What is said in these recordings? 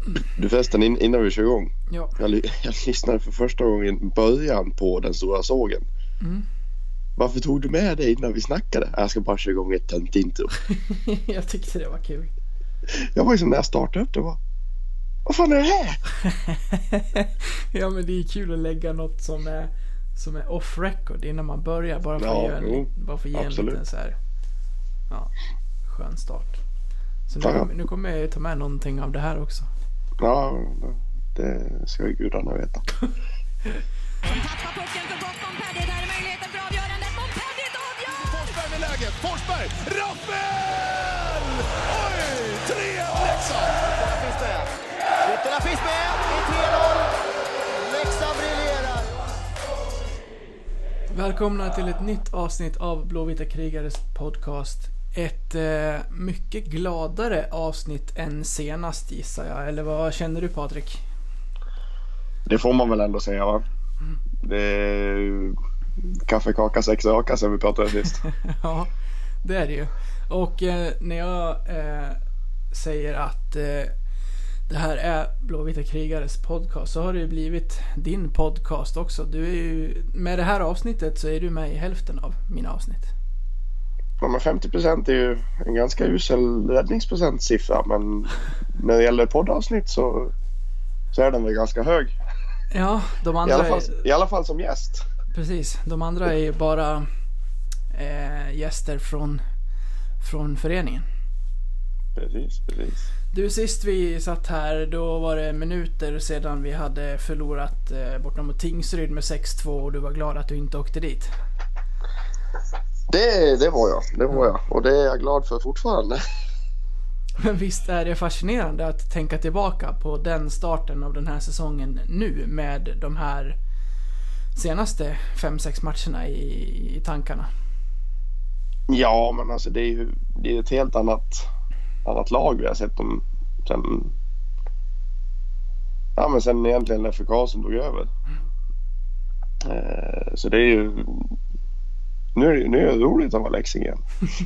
Du förresten, innan vi kör igång. Ja. Jag lyssnade för första gången början på Den stora sågen. Varför tog du med det innan vi snackade? Jag ska bara köra igång ett tönt intro. Jag tyckte det var kul. Jag var ju som när jag startade upp det var. Vad fan är det här? Ja, men det är kul att lägga något som är off record innan man börjar. Bara för att ge en liten så här, skön start. Så nu kommer jag ta med någonting av det här också. Ja, det ska ju gudarna veta. Som tappar pucken för gott Montpellier. Där är möjligheten för avgörandet. Montpellier avgör! Forsberg med läget. Forsberg! Rappel! Oj! 3-1 Leksand! Ytterna finns med i 3-0. Leksand briljerar. Välkomna till ett nytt avsnitt av Blåvita krigares podcast. Ett mycket gladare avsnitt än senast, gissar jag. Eller vad känner du, Patrik? Det får man väl ändå säga, va? Det är kaffe, kaka, sex raka som vi pratade sist. Ja, det är det ju. Och när jag säger att det här är Blåvita krigares podcast, så har det ju blivit din podcast också. Du är ju, med det här avsnittet så är du med i hälften av mina avsnitt. Ja, men 50% är ju en ganska usel räddningsprocentssiffra, men när det gäller poddavsnitt så är den väl ganska hög. Ja, de andra i alla fall som gäst. Precis, de andra är ju bara gäster från föreningen. Precis. Du, sist vi satt här, då var det minuter sedan vi hade förlorat borta mot Tingsryd med 6-2 och du var glad att du inte åkte dit. Det var jag. Och det är jag glad för fortfarande. Men visst är det fascinerande att tänka tillbaka på den starten av den här säsongen nu med de här senaste 5-6 matcherna i tankarna. Ja, men alltså det är ett helt annat lag vi har sett dem sen egentligen FK som tog över. Så det är ju nu är det roligt att vara Leksand igen.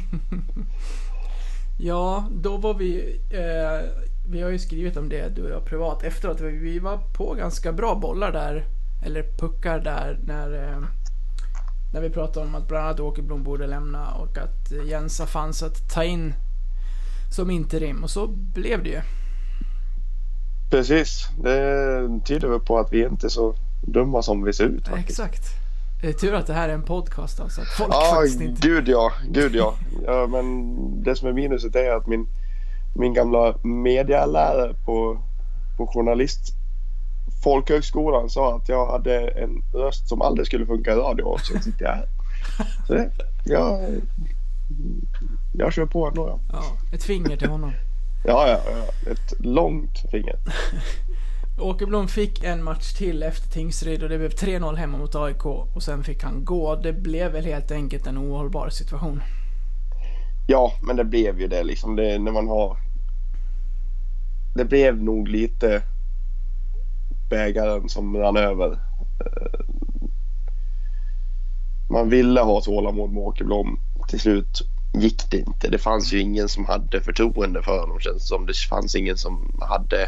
Ja, då var vi har ju skrivit om det, du och jag, privat efteråt. Vi var på ganska bra bollar där, eller puckar där, när vi pratade om att bland annat Åkerblom borde lämna och att Jensa fanns att ta in som interim, och så blev det ju. Precis, det tyder väl på att vi inte är så dumma som vi ser ut faktiskt. Exakt. Det är tur att det här är en podcast, alltså, att folk inte... Gud ja. Ja, men det som är minuset är att min gamla medialärare på journalist folkhögskolan sa att jag hade en röst som aldrig skulle funka i radio, och så sitter jag här. Så jag kör på ändå. Ja, ett finger till honom. Ja, ett långt finger. Åkerblom fick en match till efter Tingsryd och det blev 3-0 hemma mot AIK, och sen fick han gå. Det blev väl helt enkelt en ohållbar situation. Ja, men det blev ju det liksom. Det blev nog lite bägaren som rann över. Man ville ha tålamod med Åkerblom. Till slut gick det inte. Det fanns ju ingen som hade förtroende för honom, känns som. Det fanns ingen som hade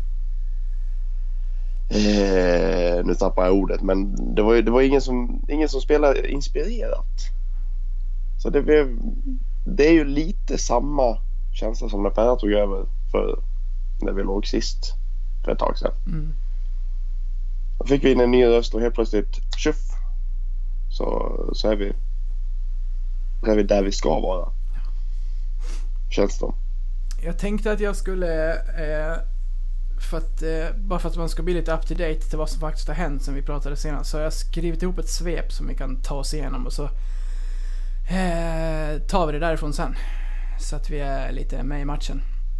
nu tappar jag ordet, men det var ingen som spelade inspirerat. Så det är ju lite samma känsla som när Perra tog över för när vi låg sist för ett tag sedan. Då fick vi in en ny röst och helt plötsligt så är vi där vi ska vara. Känns det. Jag tänkte att jag skulle bara för att man ska bli lite up to date till vad som faktiskt har hänt sen vi pratade senast, så har jag skrivit ihop ett svep som vi kan ta oss igenom, och så tar vi det därifrån sen, så att vi är lite med i matchen.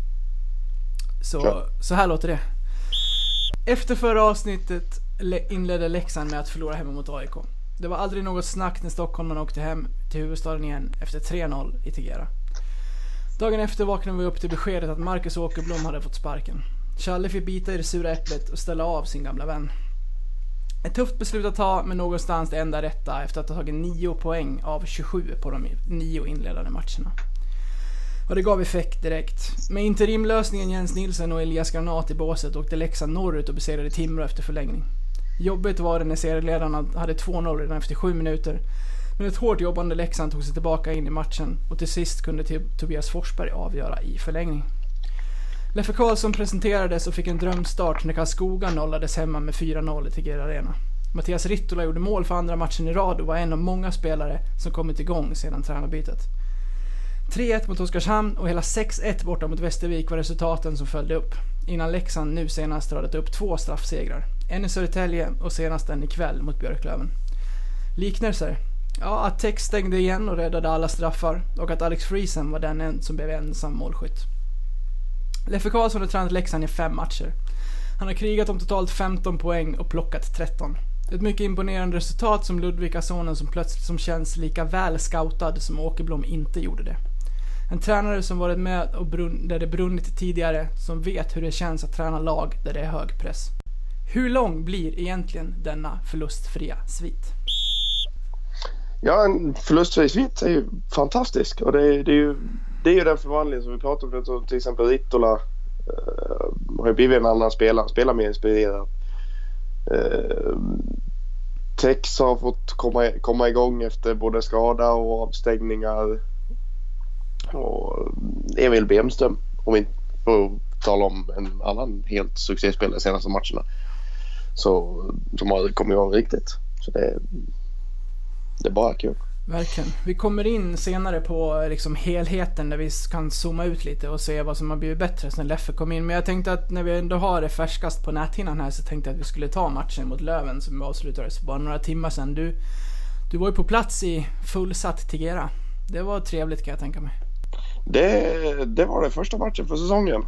Så här låter det. Efter förra avsnittet inledde Leksand med att förlora hemma mot AIK. Det var aldrig något snack när stockholmarna åkte hem till huvudstaden igen efter 3-0 i Tegera. Dagen efter vaknade vi upp till beskedet att Marcus Åkerblom hade fått sparken. Challe fick bita i det sura äpplet och ställa av sin gamla vän. Ett tufft beslut att ta, men någonstans det enda rätta efter att ha tagit 9 poäng av 27 på de 9 inledande matcherna. Och det gav effekt direkt. Med interimlösningen Jens Nilsson och Elias Granat i båset åkte Leksand norrut och besegrade Timrå efter förlängning. Jobbigt var det när serieledarna hade 2-0 redan efter 7 minuter. Men ett hårt jobbande Leksand tog sig tillbaka in i matchen och till sist kunde Tobias Forsberg avgöra i förlängning. Leffe Karlsson presenterades och fick en drömstart när Karlskoga nollades hemma med 4-0 i Tegera Arena. Mattias Rittola gjorde mål för andra matchen i rad och var en av många spelare som kommit igång sedan tränarbytet. 3-1 mot Oskarshamn och hela 6-1 borta mot Västervik var resultaten som följde upp, innan Leksand nu senast radat upp 2 straffsegrar. En i Södertälje och senast en ikväll mot Björklöven. Liknelser? Ja, att Tex stängde igen och räddade alla straffar och att Alex Friesen var den som blev ensam målskytt. Leffe Karlsson har tränat Leksand i 5 matcher. Han har krigat om totalt 15 poäng och plockat 13. Ett mycket imponerande resultat som Ludvika-sonen som känns lika väl scoutad som Åkerblom inte gjorde det. En tränare som varit med och där det brunnit tidigare, som vet hur det känns att träna lag där det är hög press. Hur lång blir egentligen denna förlustfria svit? Ja, en förlustfri svit är ju fantastisk och det är ju den förvandling som vi pratar om. Till exempel Rittola har ju blivit en annan spelare, spelar mer inspirerad. Tex har fått komma igång efter både skada och avstängningar. Och Emil Bemström, om vi får tala om en annan helt succéspelare senaste matcherna, som har kommit igång riktigt. Så det är bara kul. Verkligen. Vi kommer in senare på liksom helheten där vi kan zooma ut lite och se vad som har blivit bättre sen Leffe kom in. Men jag tänkte att när vi ändå har det färskast på näthinnan här, så tänkte jag att vi skulle ta matchen mot Löven som avslutades för bara några timmar sedan. Du var ju på plats i fullsatt Tegera. Det var trevligt, kan jag tänka mig. Det var det första matchen för säsongen.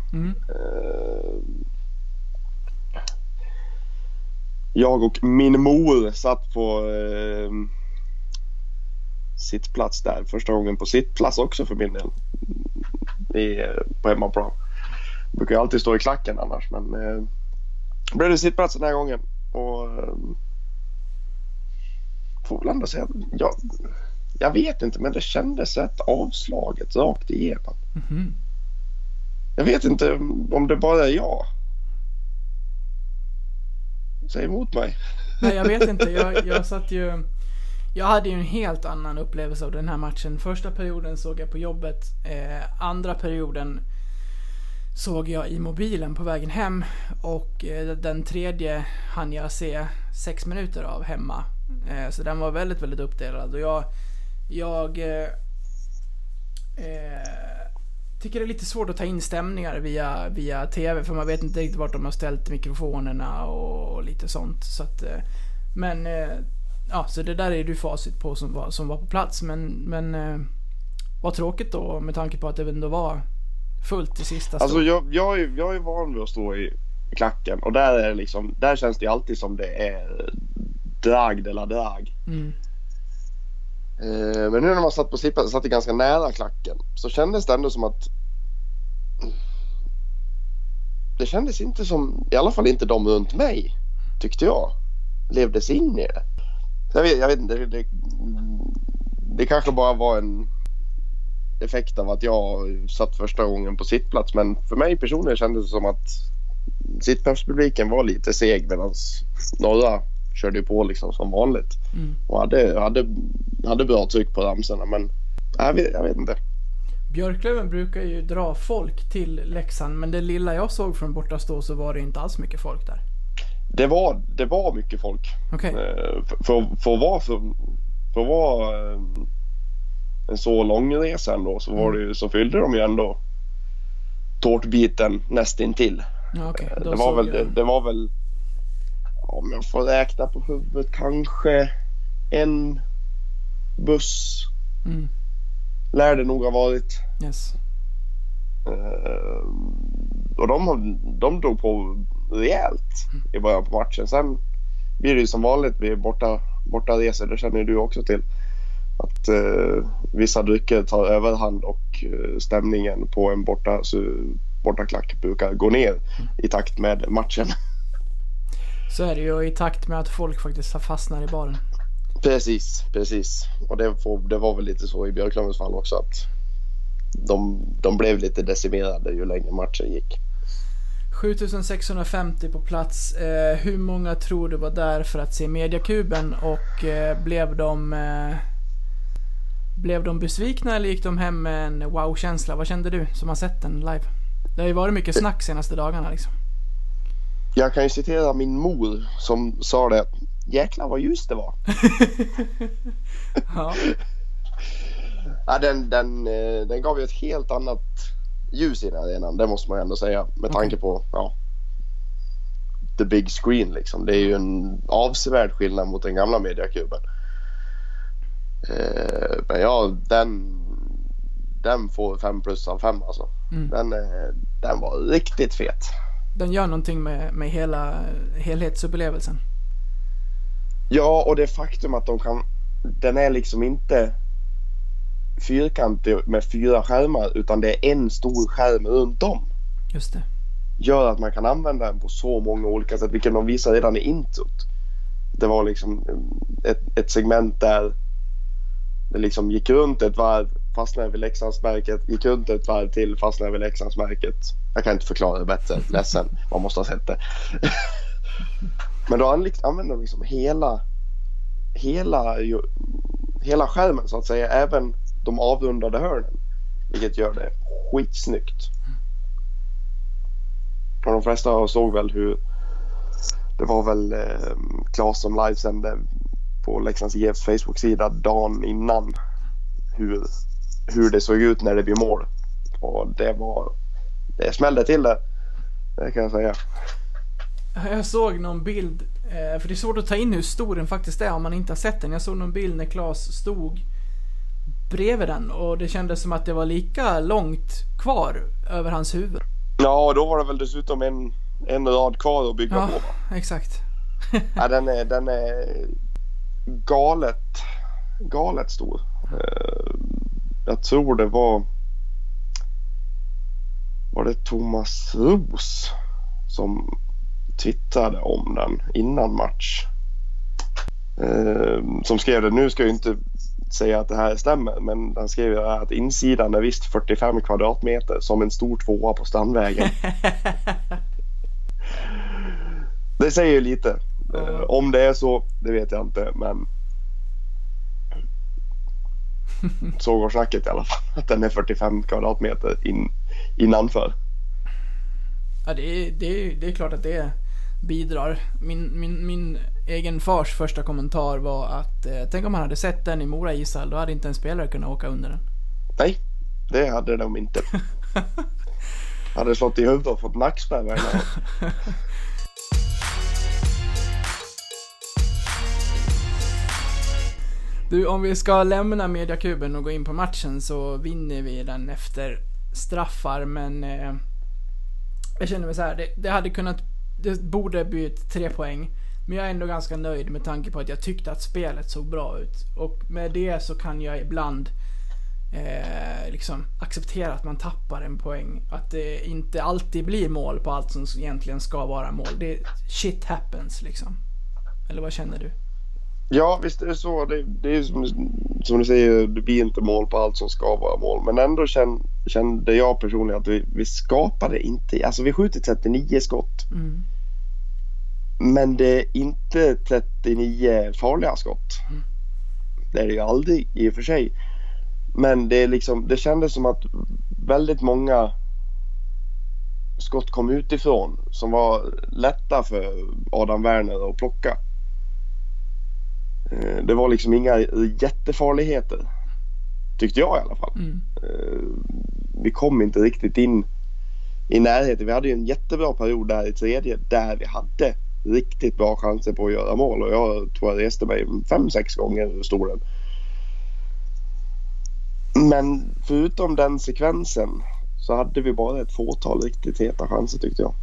Jag och min mor satt på sittplats där. Första gången på sittplats också för min del. På hemmaplan. Jag brukar ju alltid stå i klacken annars. Men blev det sittplats den här gången. Och får väl ändå säga jag vet inte, men det kändes rätt avslaget rakt igenom. Jag vet inte om det bara är jag. Säg emot mig. Nej, jag vet inte. Jag hade ju en helt annan upplevelse av den här matchen. Första perioden såg jag på jobbet. Andra perioden såg jag i mobilen på vägen hem. Och den tredje hann jag se 6 minuter av hemma. Så den var väldigt, väldigt uppdelad. Och jag tycker det är lite svårt att ta in stämningar via tv, för man vet inte riktigt vart de har ställt mikrofonerna och lite sånt. Så att, men så det där är du facit på som var på plats. Men vad tråkigt då, med tanke på att det ändå var fullt i sista. Alltså jag är van vid att stå i klacken, och där är liksom, där känns det alltid som det är drag eller drag. Men nu när man satt på sittplatsen, satt ganska nära klacken, så kändes det ändå som att det kändes inte som, i alla fall inte de runt mig, tyckte jag, levdes in i det. Jag vet inte, det kanske bara var en effekt av att jag satt första gången på sittplats, men för mig personligen kändes det som att sittplatspubliken var lite seg, medan några körde på liksom som vanligt och hade bra tryck på ramsorna, men jag vet inte. Björklöven brukar ju dra folk till Leksand, men det lilla jag såg från bortastå så var det inte alls mycket folk där. Det var mycket folk. Okay. För att vara en så lång resa ändå, så var det ju, så fyllde de ju ändå tårtbiten nästintill. Okay. Det var väl om jag får räkna på huvudet kanske en buss lär det nog ha varit. Yes. Och de drog på rejält i början på matchen. Sen blir det ju som vanligt vid borta resor, det känner du också till, att vissa drycker tar överhand och stämningen på en bortaklack brukar gå ner i takt med matchen. Så är det ju, i takt med att folk faktiskt fastnar i baren. Precis. Och det var väl lite så i Björklövens fall också, att de blev lite decimerade ju längre matchen gick. 7650 på plats. Hur många tror du var där för att se Mediakuben och blev de besvikna eller gick de hem med en wow-känsla? Vad kände du som har sett den live? Det har ju varit mycket snack senaste dagarna liksom. Jag kan ju citera min mor som sa det: jäklar vad ljus det var. Ja. Ja, den gav ju ett helt annat ljus i den arenan, det måste man ändå säga, med tanke på the big screen liksom. Det är ju en avsevärd skillnad mot den gamla Mediakuben. Men ja, den får 5+ av 5 alltså. Den var riktigt fet. Den gör någonting med hela helhetsupplevelsen. Ja, och det faktum att den är liksom inte fyrkantig med 4 skärmar, utan det är en stor skärm runt om. Just det. Gör att man kan använda den på så många olika sätt, vilket de visar redan i introt. Det var liksom ett segment där det liksom gick runt ett varv, fastnade vid Leksandsmärket, gick runt ett varv till, fastnade vid Leksandsmärket. Jag kan inte förklara det bättre, ledsen, man måste ha sett det. Men då använder de liksom hela skärmen så att säga, även de avrundade hörnen, vilket gör det skitsnyggt. Och de flesta såg väl hur det var väl Claes som livesände på Leksands IFs Facebook-sida dagen innan hur det såg ut när det blir mål. Och det smällde till det kan jag säga. Jag såg någon bild, för det är svårt att ta in hur stor den faktiskt är om man inte har sett den. Jag såg någon bild när Claes stod bredvid den och det kändes som att det var lika långt kvar över hans huvud. Ja, och då var det väl dessutom en rad kvar att bygga på. Ja, exakt. Ja, den är galet stor. Jag tror det var det Thomas Ros som twittrade om den innan match. Som skrev det, nu ska jag inte säga att det här stämmer, men han skrev att insidan är visst 45 kvadratmeter som en stor 2 på Strandvägen. Det säger ju lite. Om det är så, det vet jag inte, men så går snacket i alla fall, att den är 45 kvadratmeter innanför. Ja, det är klart att det bidrar. Min egen fars första kommentar var att tänk om man hade sett den i Mora ishall, då hade inte en spelare kunnat åka under den. Nej, det hade de inte. Hade slått i huvudet och fått nackspärr. Du, om vi ska lämna Mediakuben och gå in på matchen så vinner vi den efter straffar, men jag känner mig så här, det borde bli 3 poäng, men jag är ändå ganska nöjd med tanke på att jag tyckte att spelet såg bra ut, och med det så kan jag ibland liksom acceptera att man tappar en poäng, att det inte alltid blir mål på allt som egentligen ska vara mål. Shit happens liksom. Eller vad känner du? Ja, visst är det så. Det är som du säger, det blir inte mål på allt som ska vara mål. Men ändå kände jag personligen att vi skapade inte... Alltså vi skjuter 39 skott. Mm. Men det är inte 39 farliga skott. Mm. Det är det ju aldrig i och för sig. Men det är liksom, det kändes som att väldigt många skott kom utifrån som var lätta för Adam Werner att plocka. Det var liksom inga jättefarligheter, tyckte jag i alla fall. Mm. Vi kom inte riktigt in i närheten. Vi hade ju en jättebra period där i tredje där vi hade riktigt bra chanser på att göra mål, och jag tror jag reste mig 5-6 gånger ur stolen. Men förutom den sekvensen så hade vi bara ett fåtal riktigt heta chanser, tyckte jag.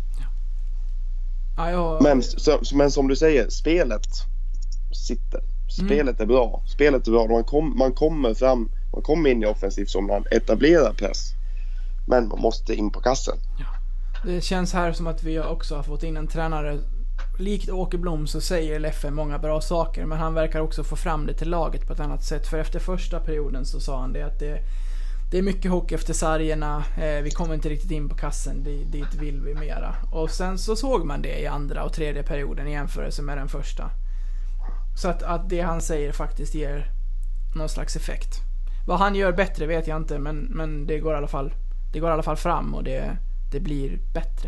Men som du säger, spelet sitter. Spelet är bra. Man kommer fram, man kommer in i offensiv som man etablerar press. Men man måste in på kassen. Ja. Det känns här som att vi också har fått in en tränare. Likt Åke Blom så säger Leffe många bra saker, men han verkar också få fram det till laget på ett annat sätt. För efter första perioden så sa han det att det är mycket hockey efter sargerna, vi kommer inte riktigt in på kassen, dit vill vi mera. Och sen så såg man det i andra och tredje perioden i jämförelse med den första. Så att det han säger faktiskt ger någon slags effekt. Vad han gör bättre vet jag inte, men det går i alla fall fram och det blir bättre.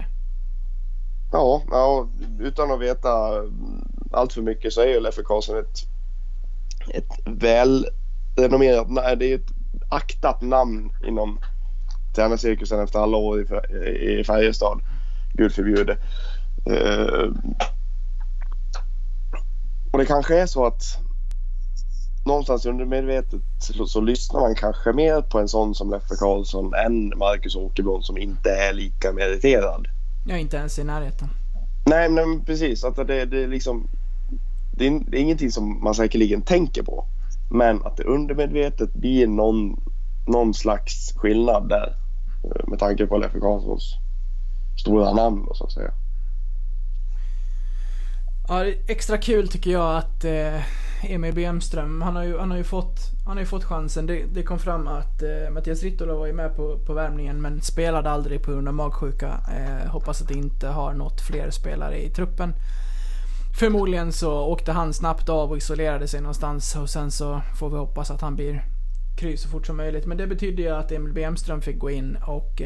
Ja, utan att veta allt för mycket så är ju Leffe Karlsson ett väl renommerat, det är ett aktat namn inom tränarcirkusen efter alla år i Färjestad. Gud förbjude. Och det kanske är så att någonstans undermedvetet så lyssnar man kanske mer på en sån som Leffe Karlsson än Marcus Åkerblom som inte är lika meriterad. Jag är inte ens i närheten. Nej, men precis. Att det är liksom, det är ingenting som man säkerligen tänker på. Men att det undermedvetet blir någon slags skillnad där. Med tanke på Leffe Karlssons stora namn så att säga. Ja, det är extra kul tycker jag att Emil Bemström, han har ju fått chansen. Det kom fram att Mattias Rittola var ju med på värmningen men spelade aldrig på grund av magsjuka. Hoppas att det inte har nått fler spelare i truppen. Förmodligen så åkte han snabbt av och isolerade sig någonstans och sen så får vi hoppas att han blir kry så fort som möjligt. Men det betyder ju att Emil Bemström fick gå in och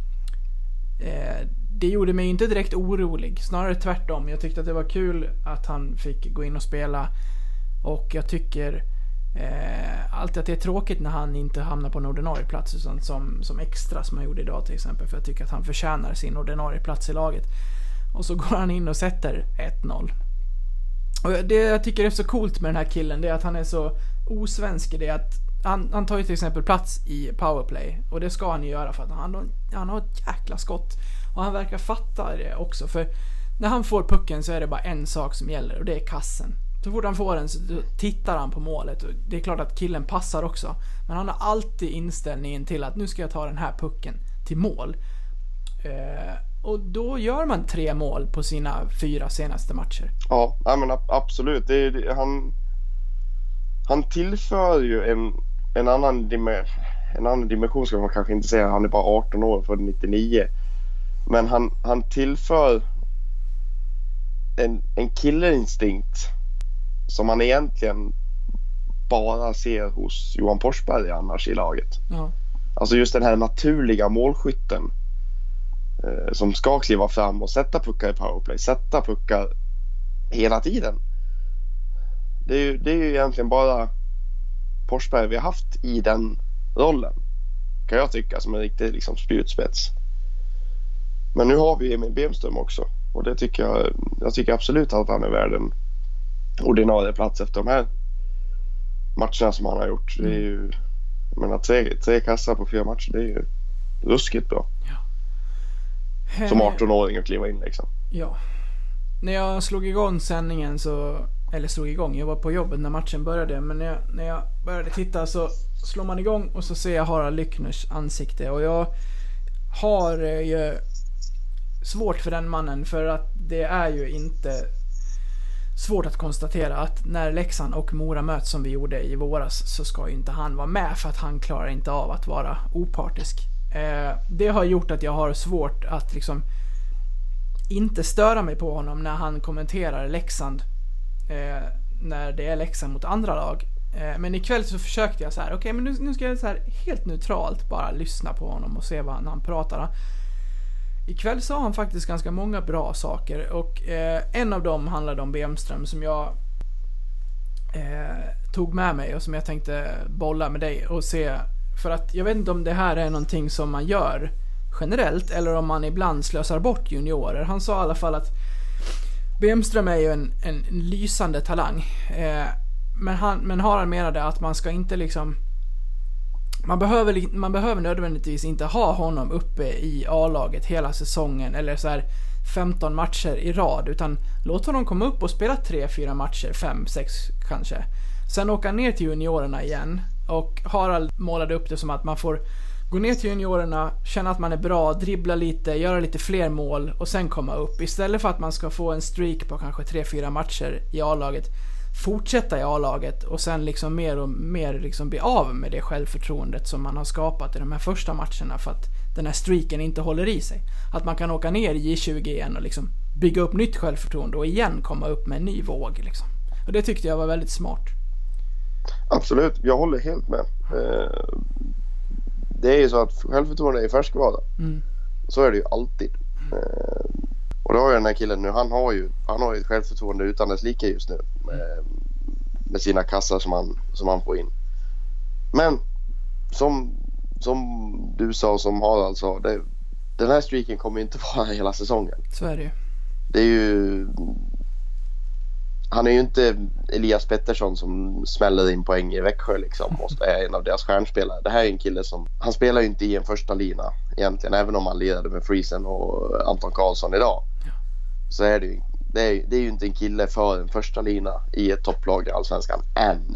det gjorde mig inte direkt orolig, snarare tvärtom. Jag tyckte att det var kul att han fick gå in och spela och jag tycker alltid att det är tråkigt när han inte hamnar på en ordinarie plats utan som extra som han gjorde idag till exempel, för jag tycker att han förtjänar sin ordinarie plats i laget. Och så går han in och sätter 1-0. Och det jag tycker är så coolt med den här killen, det är att han är så osvensk i det att han tar ju till exempel plats i powerplay och det ska han ju göra för att han har ett jäkla skott och han verkar fatta det också, för när han får pucken så är det bara en sak som gäller och det är kassen. Så fort han får den så tittar han på målet och det är klart att killen passar också, men han har alltid inställningen till att nu ska jag ta den här pucken till mål. Och då gör man 3 mål på sina 4 senaste matcher. Ja, men absolut. Han tillför ju en annan dimension ska man kanske inte säga. Han är bara 18 år, född 99. Men han tillför en killerinstinkt som man egentligen bara ser hos Johan Forsberg annars i laget. Ja. Alltså just den här naturliga målskytten som ska kliva fram och sätta puckar i powerplay, sätta puckar hela tiden. Det är ju egentligen bara Forsberg vi har haft i den rollen, kan jag tycka, som en riktig liksom spjutspets. Men nu har vi Emil Bemström också och det tycker jag tycker absolut att han är värd en ordinarie plats efter de här matcherna som han har gjort. Det är ju, jag menar, 3 kassar på 4 matcher, det är ju ruskigt bra. Ja. Som 18-åring att kliva in liksom. Ja. När jag slog igång sändningen jag var på jobbet när matchen började, men när jag började titta så slår man igång och så ser jag Harald Lyckners ansikte och jag har ju svårt för den mannen, för att det är ju inte svårt att konstatera att när Leksand och Mora möts som vi gjorde i våras så ska ju inte han vara med, för att han klarar inte av att vara opartisk. Det har gjort att jag har svårt att liksom inte störa mig på honom när han kommenterar Leksand när det är Leksand mot andra lag. Men ikväll så försökte jag så här, okej, men nu ska jag så här helt neutralt bara lyssna på honom och se vad han pratar. Ikväll sa han faktiskt ganska många bra saker och en av dem handlade om Bemström som jag tog med mig och som jag tänkte bolla med dig och se, för att jag vet inte om det här är någonting som man gör generellt eller om man ibland slösar bort juniorer. Han sa i alla fall att Bemström är ju en lysande talang, men Harald menade att man ska inte liksom man behöver nödvändigtvis inte ha honom uppe i A-laget hela säsongen eller så här 15 matcher i rad, utan låt honom komma upp och spela 3-4 matcher, 5-6 kanske. Sen åka ner till juniorerna igen, och Harald målade upp det som att man får gå ner till juniorerna, känna att man är bra, dribbla lite, göra lite fler mål och sen komma upp, istället för att man ska få en streak på kanske 3-4 matcher i A-laget, fortsätta i A-laget och sen liksom mer och mer liksom bli av med det självförtroendet som man har skapat i de här första matcherna, för att den här streaken inte håller i sig. Att man kan åka ner i J20 igen och liksom bygga upp nytt självförtroende och igen komma upp med en ny våg liksom. Och det tyckte jag var väldigt smart. Absolut, jag håller helt med. Det är ju så att självförtroende är färskvara. Så är det ju alltid. Och då har ju den här killen nu, han har ju ett självförtroende utan dess like just nu. Med sina kassar som han får in. Men som du sa, som Harald sa, den här streaken kommer inte vara hela säsongen. Så är det ju. Det är ju... Han är ju inte Elias Pettersson som smäller in poäng i Växjö liksom, och är en av deras stjärnspelare. Det här är en kille som, han spelar ju inte i en första lina egentligen, även om han lirade med Friesen och Anton Karlsson idag. Så är det är ju inte en kille för en första lina i ett topplag i Allsvenskan än.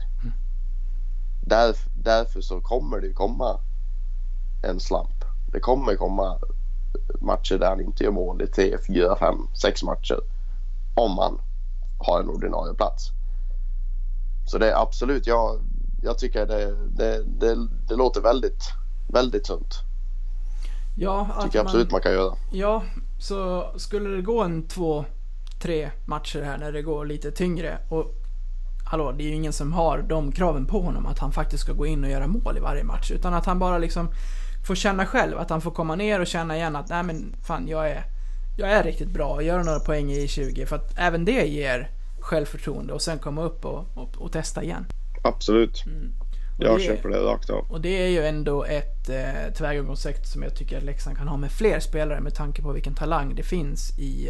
Därför så kommer det komma en slump. Det kommer komma matcher där han inte gör mål i 3, 4, 5, 6 matcher om man har en ordinarie plats. Så det är absolut, jag tycker det låter väldigt, väldigt sunt. Ja, att tycker jag absolut man kan göra. Ja, så skulle det gå en 2-3 matcher här när det går lite tyngre, och hallå, det är ju ingen som har de kraven på honom att han faktiskt ska gå in och göra mål i varje match, utan att han bara liksom får känna själv, att han får komma ner och känna igen att nej men fan, jag är riktigt bra och göra några poäng i 20, för att även det ger självförtroende, och sen komma upp och testa igen. Absolut. Jag köper det rakt av. Och det är ju ändå ett tillvägagångssätt som jag tycker att Leksand kan ha med fler spelare, med tanke på vilken talang det finns i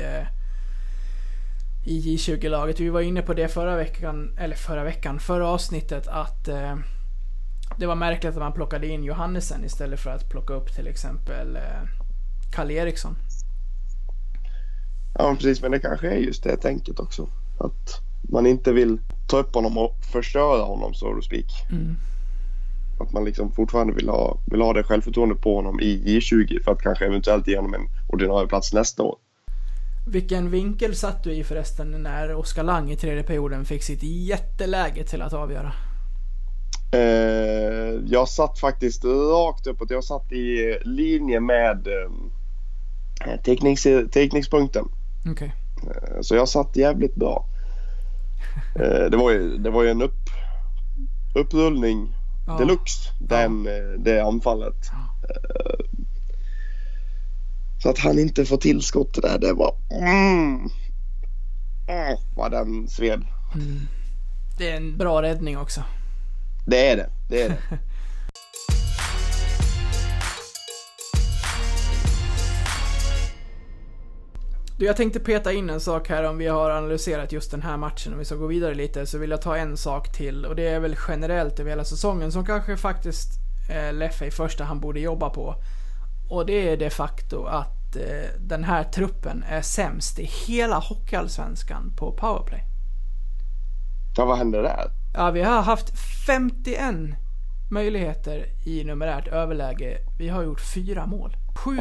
J20-laget. Vi var inne på det förra avsnittet, att det var märkligt att man plockade in Johannesen istället för att plocka upp till exempel Kalle Eriksson. Ja, precis, men det kanske är just det tänket också, att man inte vill ta upp honom och förstöra honom, så to speak. Att man liksom fortfarande vill ha det självförtroende på honom i J20 för att kanske eventuellt ge honom en ordinarie plats nästa år. Vilken vinkel satt du i förresten när Oskar Lang i tredje perioden fick sitt jätteläge till att avgöra? Jag satt faktiskt rakt uppåt. Jag satt i linje med teckningspunkten. Okay. Så jag satt jävligt bra. Det var ju en upprullning deluxe, det anfallet. Så att han inte får tillskott där, det var vad den sved. Det är en bra räddning också. Det är det. Du, jag tänkte peta in en sak här. Om vi har analyserat just den här matchen och vi ska gå vidare lite, så vill jag ta en sak till, och det är väl generellt över hela säsongen som kanske faktiskt Leffe i första hand borde jobba på, och det är det faktum att den här truppen är sämst i hela hockeyallsvenskan på powerplay. Ja, vad hände där? Ja, vi har haft 51 möjligheter i numerärt överläge. Vi har gjort 4 mål.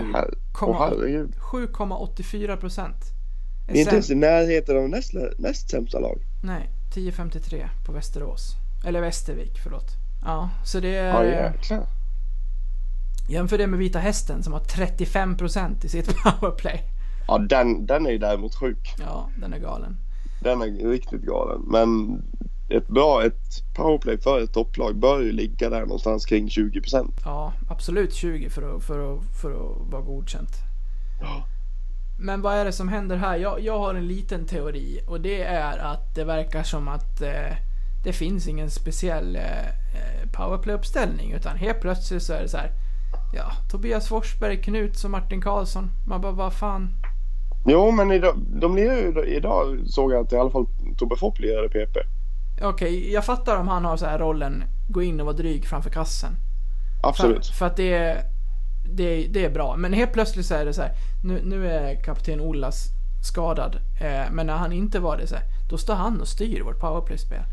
7,84%. Det är inte ens i närheten av näst sämsta lag. Nej, 10,53 på Västerås. Eller Västervik, förlåt. Ja, så det är... Ja, jäklar. Jämför det med Vita Hästen som har 35% i sitt powerplay. Ja, den är ju däremot sjuk. Ja, den är galen. Den är riktigt galen. Men ett powerplay för ett topplag bör ju ligga där någonstans kring 20%. Ja, absolut 20 för att vara godkänt. Ja. Men vad är det som händer här? Jag har en liten teori, och det är att det verkar som att det finns ingen speciell powerplay-uppställning, utan helt plötsligt så är det så här, ja, Tobias Forsberg, Knuts och Martin Karlsson. Man bara, vad fan? Jo, men idag såg jag att i alla fall Tobbe Fopp lirade PP. Okej, jag fattar om han har så här rollen, gå in och vara dryg framför kassen. Absolut. För att det är bra. Men helt plötsligt så är det så här, nu är kapten Ollas skadad, men när han inte var det så här, då står han och styr vårt powerplay-spel.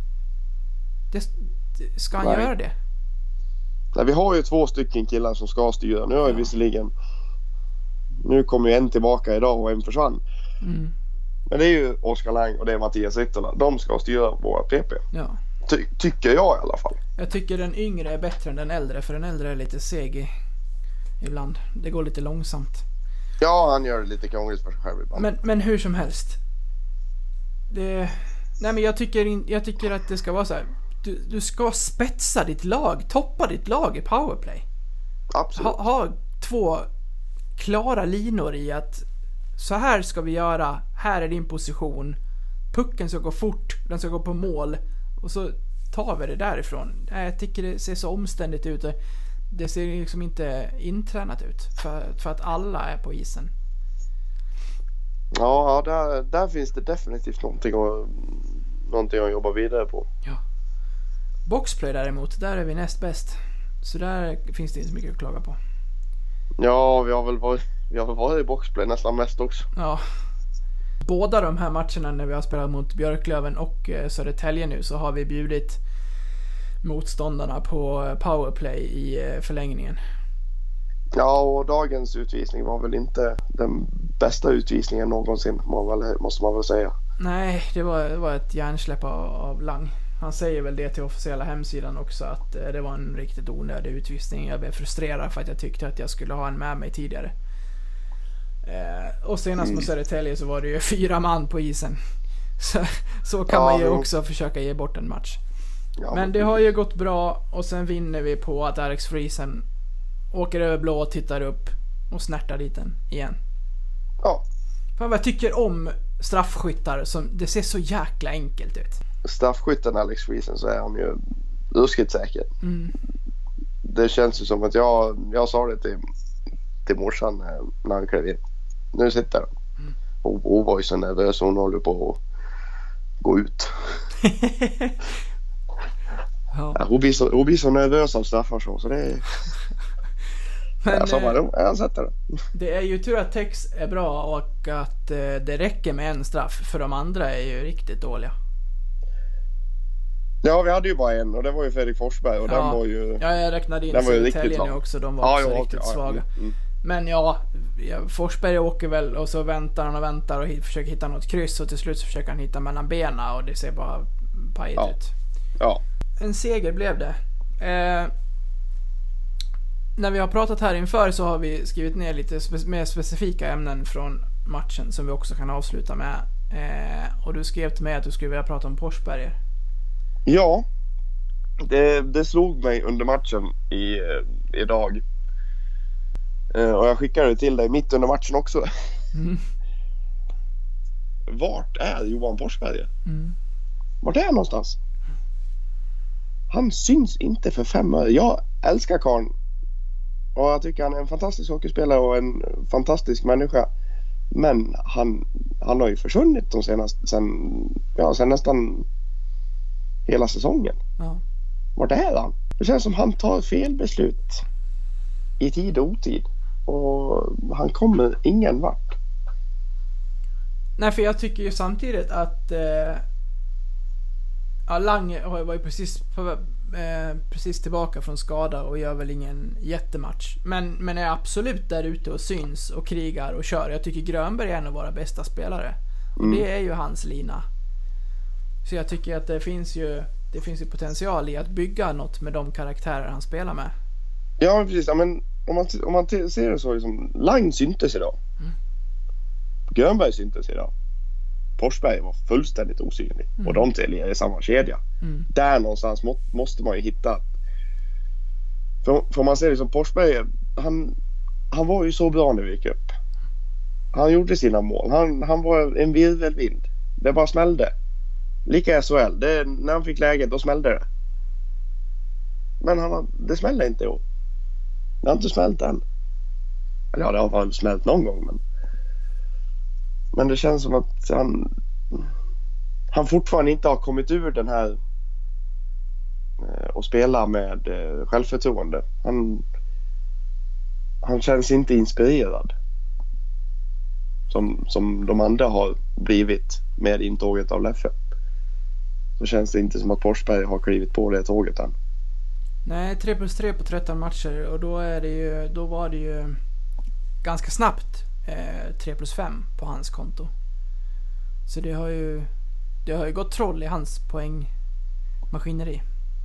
Ska han göra det? Nej, vi har ju 2 stycken killar som ska styra. Nu har ju visserligen, nu kommer ju en tillbaka idag och en försvann. Men det är ju Oskar Lang och det är Mattias Rittola. De ska styra våra PP. Ja. Tycker jag i alla fall. Jag tycker den yngre är bättre än den äldre, för den äldre är lite seg ibland. Det går lite långsamt. Ja, han gör det lite krångligt för sig själv ibland. Men hur som helst. Nej, men jag tycker att det ska vara så här. Du ska spetsa ditt lag, toppa ditt lag i powerplay. Absolut. Ha 2 klara linor i att så här ska vi göra, här är din position. Pucken ska gå fort, den ska gå på mål, och så tar vi det därifrån. Jag tycker det ser så omständigt ut. Det ser liksom inte intränat ut för att alla är på isen. Ja, där finns det definitivt någonting att jobba vidare på. Ja. Boxplay däremot, där är vi näst bäst. Så där finns det inte så mycket att klaga på. Ja, vi har väl varit i boxplay nästan mest också. Ja. Båda de här matcherna när vi har spelat mot Björklöven och Södertälje nu, så har vi bjudit motståndarna på powerplay i förlängningen. Ja, och dagens utvisning var väl inte den bästa utvisningen någonsin, måste man väl säga. Nej, det var ett hjärnsläpp av Lang. Han säger väl det till officiella hemsidan också, att det var en riktigt onödig utvisning. Jag blev frustrerad för att jag tyckte att jag skulle ha en med mig tidigare. Och senast mot Södertälje så var det ju 4 man på isen. Så kan man ju också försöka ge bort en match. Ja, men det har ju gått bra, och sen vinner vi på att Alex Friesen åker över blå, tittar upp och snärtar dit den igen. Ja. Fan, vad jag tycker om straffskyttar som det ser så jäkla enkelt ut. Straffskytten Alex Friesen, så är han ju ruskigt säker. Det känns ju som att jag sa det till morsan när han klev in. Nu sitter han. Och hon var ju så nervös, hon håller på att gå ut. Ja. Hon blir så nervös av straffar så det är... Men jag sätter det. Det är ju tur att Tex är bra och att det räcker med en straff, för de andra är ju riktigt dåliga. Ja, vi hade ju bara en, och det var ju Fredrik Forsberg, och den var ju... Ja, jag räknade in Södertälje nu också, de var också riktigt svaga. Men Forsberg åker väl, och så väntar han och försöker hitta något kryss, och till slut så försöker han hitta mellan benen, och det ser bara pajigt ut. Ja. En seger blev det. När vi har pratat här inför så har vi skrivit ner lite mer specifika ämnen från matchen som vi också kan avsluta med. Och du skrev till mig att du skulle vilja prata om Forsberg. Ja, det slog mig under matchen idag. Och jag skickade det till dig mitt under matchen också. Vart är Johan Forsberg? Vart är han någonstans? Han syns inte för 5 öre. Jag älskar karln. Och jag tycker han är en fantastisk hockeyspelare och en fantastisk människa. Men han har ju försvunnit sen nästan hela säsongen. Ja. Vart är han? Det känns som han tar fel beslut i tid och otid. Och han kommer ingen vart. Nej, för jag tycker ju samtidigt att Lang var ju precis tillbaka från skada och gör väl ingen jättematch. Men är absolut där ute och syns och krigar och kör. Jag tycker Grönberg är en av våra bästa spelare. Och det är ju hans lina. Så jag tycker att det finns ju potential i att bygga något med de karaktärer han spelar med. Ja, precis. Ja, men om man ser det så liksom, Lang syntes idag. Grönberg syntes idag. Forsberg var fullständigt osynlig. Och de tre är i samma kedja. Där någonstans måste man ju hitta. För man ser det som Forsberg, han var ju så bra när vi gick upp. Han gjorde sina mål. Han var en virvelvind. Det bara smällde. Lika SHL. När han fick läget, då smällde det. Men det smällde inte i år. Det har inte smält än. Eller ja, det har väl smält någon gång. Men det känns som att han fortfarande inte har kommit ur den här och spela med självförtroende. Han känns inte inspirerad som de andra har blivit med intåget av Leffe. Så känns det inte som att Forsberg har klivit på det tåget än. Nej, 3+3 på 13 matcher, och då var det ju ganska snabbt 3+5 på hans konto. Så det har ju gått troll i hans poängmaskineri.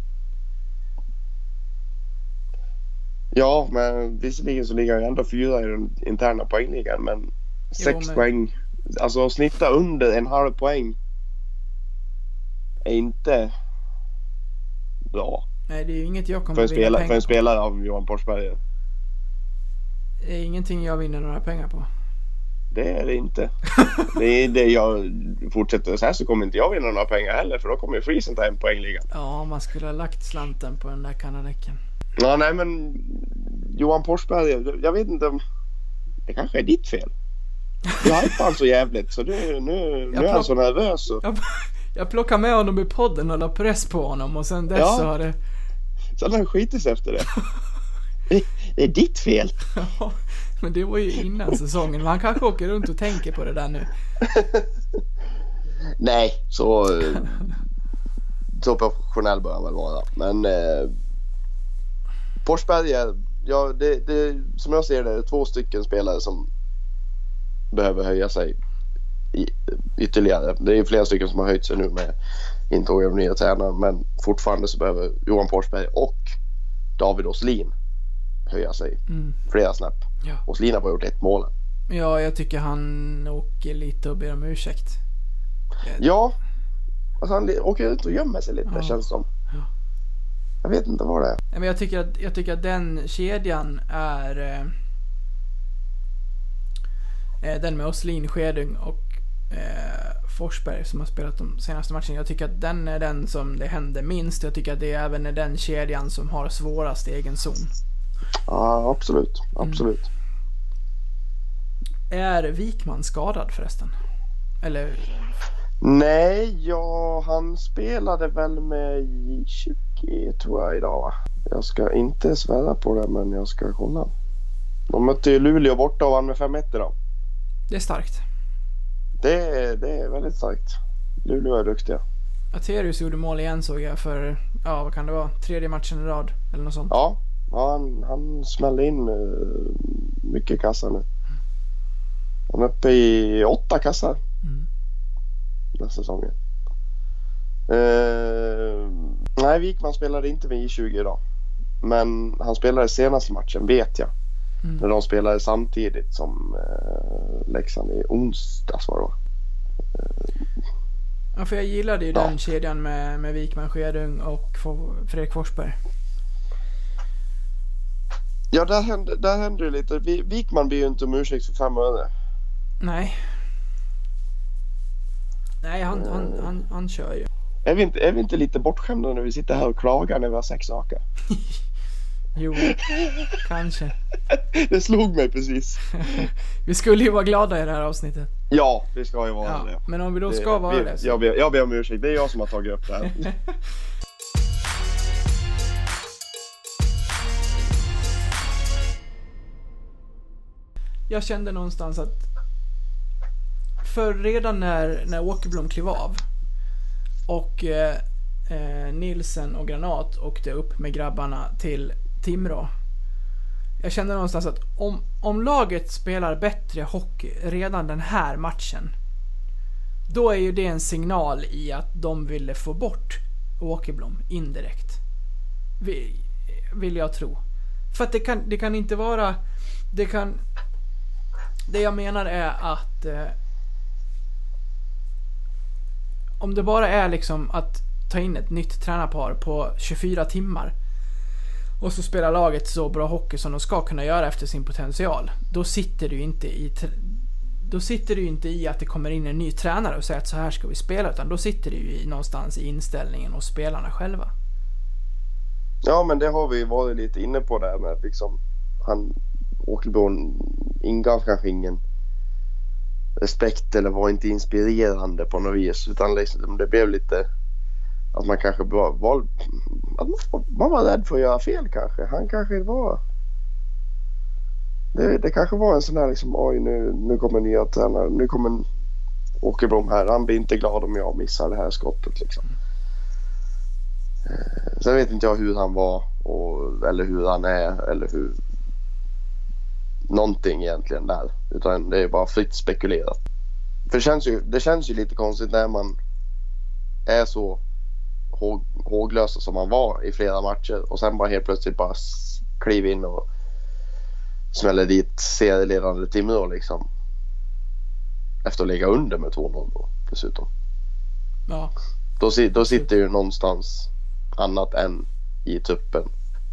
Ja, men visserligen så ligger han ju ändå 4 i den interna poängligan, men 6 poäng, alltså att snitta under 1,5 poäng är inte bra. Nej, det är ju inget jag kommer för vinna pengar på. För en spelare av Johan Forsberg. Det är ingenting jag vinner några pengar på. Det är det inte. Det är det jag fortsätter så här, så kommer inte jag vinna några pengar heller, för då kommer ju Friesen ta en poängliga. Ja, man skulle ha lagt slanten på den där kanadäcken. Ja, nej, men Johan Forsberg, jag vet inte om det kanske är ditt fel. Du hypar han så jävligt, så nu är han så nervös. Jag plockar med honom i podden och la press på honom, och sen dess så har det... Så han skitis efter det. Det är ditt fel. Ja, men det var ju innan säsongen. Man kanske åker runt och tänker på det där nu. Nej, så professionell bör han väl vara. Men Forsberg är, ja, det, som jag ser det, är 2 stycken spelare som behöver höja sig ytterligare. Det är flera stycken som har höjt sig nu med intåg av nya tränare, men fortfarande så behöver Johan Forsberg och David Åslin höja sig flera snäpp. Ja. Åslin har bara gjort 1 mål. Ja, jag tycker han åker lite och ber om ursäkt. Ja, alltså han åker ut och gömmer sig lite, känns som. Ja. Jag vet inte vad det är. Men jag tycker att den kedjan är den med Åslin, Skedung och Forsberg som har spelat de senaste matcherna. Jag tycker att den är den som det händer minst. Jag tycker att det även är den kedjan som har svårast egen zon. Ja, absolut. Är Wikman skadad förresten? Eller? Nej, han spelade väl med J20 tror jag idag, va? Jag ska inte svära på det, men jag ska kolla. De mötte ju Luleå borta och vann med 5-1 idag. Det är starkt. Det är väldigt starkt. Luleå är duktiga. Aterius gjorde mål igen, såg jag, för, vad kan det vara? 3:e matchen i rad eller något sånt. Ja, han smällde in mycket kassar nu. Han är uppe i 8 kassar den säsongen. Nej, Wikman spelade inte med J20 idag. Men han spelade senaste matchen, vet jag. När de spelade samtidigt som Leksand i onsdags, var det, va? Ja, för jag gillade ju den kedjan med Wikman, Skedung och Fredrik Forsberg. Ja, där händer det lite. Wikman blir ju inte om ursäkt för 5 öre. Nej, han kör ju. Är vi inte lite bortskämda när vi sitter här och klagar när vi har 6 raka? Jo, kanske. Det slog mig precis. Vi skulle ju vara glada i det här avsnittet. Ja, vi ska ju vara det. Men om vi då ska vara det så... Jag ber om ursäkt, det är jag som har tagit upp det här. Jag kände någonstans att för redan när Åkerblom klev av och Nilsen och Granat åkte upp med grabbarna till Timrå, jag kände någonstans att om laget spelar bättre hockey redan den här matchen, då är ju det en signal i att de ville få bort Åkerblom indirekt, vill jag tro. För att det kan inte vara, det jag menar är att om det bara är liksom att ta in ett nytt tränarpar på 24 timmar och så spelar laget så bra hockey som de ska kunna göra efter sin potential, då sitter du inte i att det kommer in en ny tränare och säger att så här ska vi spela, utan då sitter du ju någonstans i inställningen hos spelarna själva. Ja, men det har vi varit lite inne på där med liksom, Åkerblom ingav kanske ingen respekt eller var inte inspirerande på något vis, utan liksom, det blev lite att man kanske man var rädd för att göra fel kanske. Han kanske var det kanske var en sån här liksom, oj nu kommer nya tränare, nu kommer Åkerblom här, han blir inte glad om jag missar det här skottet liksom. Sen vet inte jag hur han var eller hur han är eller hur någonting egentligen där, utan det är bara fritt spekulerat. För det känns ju lite konstigt när man är så håglösa som man var i flera matcher och sen bara helt plötsligt bara kliver in och smäller dit serieledande Timrå liksom. Efter att ligga under med 2-0 då, dessutom. Ja. Då sitter ju någonstans annat än i tuppen.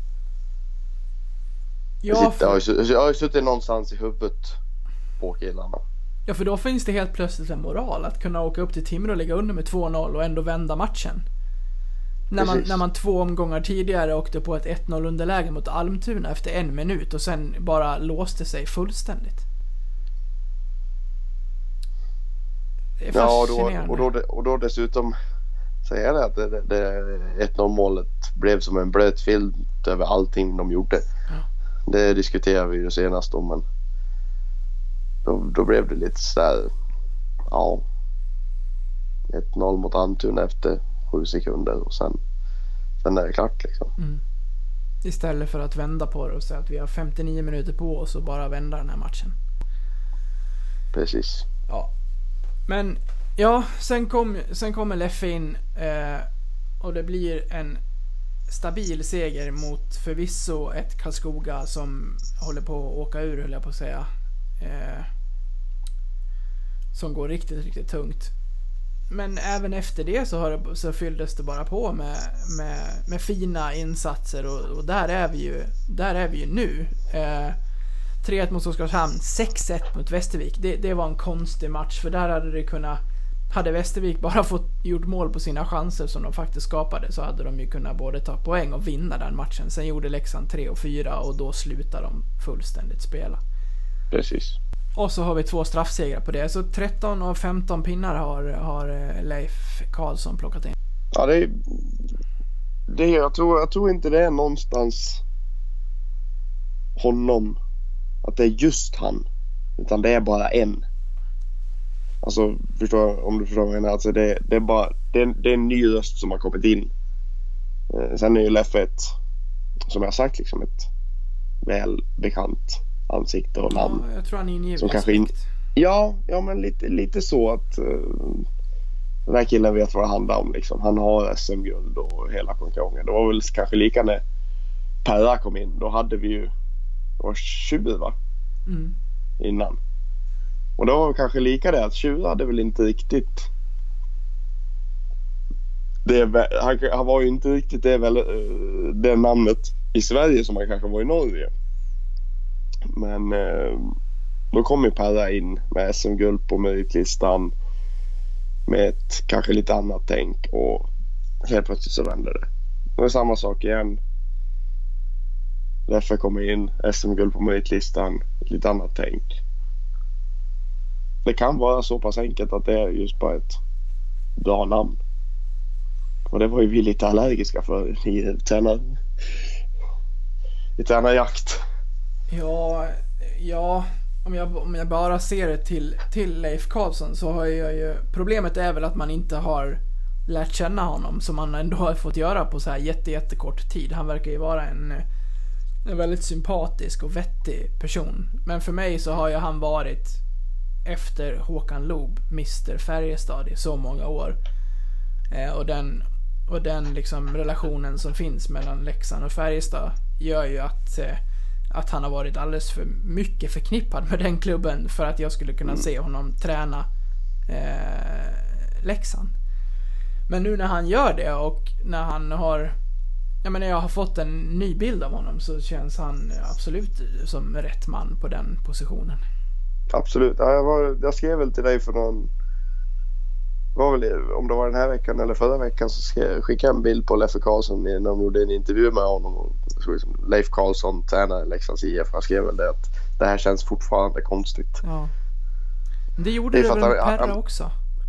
Jag har ju suttit någonstans i huvudet på killarna. Ja, för då finns det helt plötsligt en moral att kunna åka upp till Timrå och ligga under med 2-0 och ändå vända matchen. När man 2 omgångar tidigare åkte på ett 1-0 underläge mot Almtuna efter 1 minut och sen bara låste sig fullständigt. Det är fascinerande. Och då dessutom säger jag att det 1-0 målet blev som en blöt filt över allting de gjorde. Ja. Det diskuterade vi ju senast om, men då blev det lite sådär, ja, 1-0 mot Almtuna efter 7 sekunder och sen är det klart liksom. Istället för att vända på det och säga att vi har 59 minuter på oss och bara vända den här matchen. Precis. Ja. Men ja, sen kommer Leffe in och det blir en stabil seger mot förvisso ett Karlskoga som håller på att åka ur, höll jag på att säga. Som går riktigt, riktigt tungt. Men även efter det så fylldes det bara på med fina insatser och där är vi ju nu. 3-1 mot Oskarshamn, 6-1 mot Västervik. Det var en konstig match, för där hade Västervik bara fått gjort mål på sina chanser som de faktiskt skapade, så hade de ju kunnat både ta poäng och vinna den matchen. Sen gjorde Leksand 3 och 4 och då slutade de fullständigt spela. Precis. Och så har vi 2 straffsegrar på det. Så 13 av 15 pinnar har Leif Karlsson plockat in. Ja, jag tror inte det är någonstans honom, att det är just han, utan det är bara en. Alltså, om du förstår vad jag menar. Alltså det är bara det är en ny röst som har kommit in. Sen är ju Leffe som jag sagt liksom ett väl bekant ansikte och namn. Ja, jag tror han inger som kanske ja, men lite så att den här killen vet vad det handlar om liksom. Han har SM-guld och hela konkurrensen. Det var väl kanske lika när Perra kom in. Då hade vi ju, det var 20 va? Innan. Och då var det kanske lika det att 20 hade väl inte riktigt han var ju inte riktigt det namnet i Sverige som han kanske var i Norge. Men då kom ju Perra in med SM-guld på meritlistan med ett kanske lite annat tänk och helt plötsligt så vände det. Och det är samma sak igen. Leffe kommer in, SM-guld på meritlistan, ett lite annat tänk. Det kan vara så pass enkelt att det är just bara ett bra namn. Och det var ju vi lite allergiska för i tränarjakt. Ja, om jag bara ser det till Leif Karlsson så har jag ju, problemet är väl att man inte har lärt känna honom som man ändå har fått göra på så här jättekort tid. Han verkar ju vara en väldigt sympatisk och vettig person. Men för mig så har ju han varit efter Håkan Loob Mr. Färjestad i så många år. Och den liksom relationen som finns mellan Leksand och Färjestad gör ju att han har varit alldeles för mycket förknippad med den klubben för att jag skulle kunna se honom träna Leksand. Men nu när han gör det och när han har, jag har fått en ny bild av honom, så känns han absolut som rätt man på den positionen. Absolut. Jag skrev väl till dig för någon, var väl om det var den här veckan eller förra veckan, så skickade jag en bild på Leffe Karlsson när de gjorde en intervju med honom, och Leif Karlsson tränar Leksands IF. Jag skrev väl det att det här känns fortfarande konstigt. Ja. Det gjorde det väl med Perra också?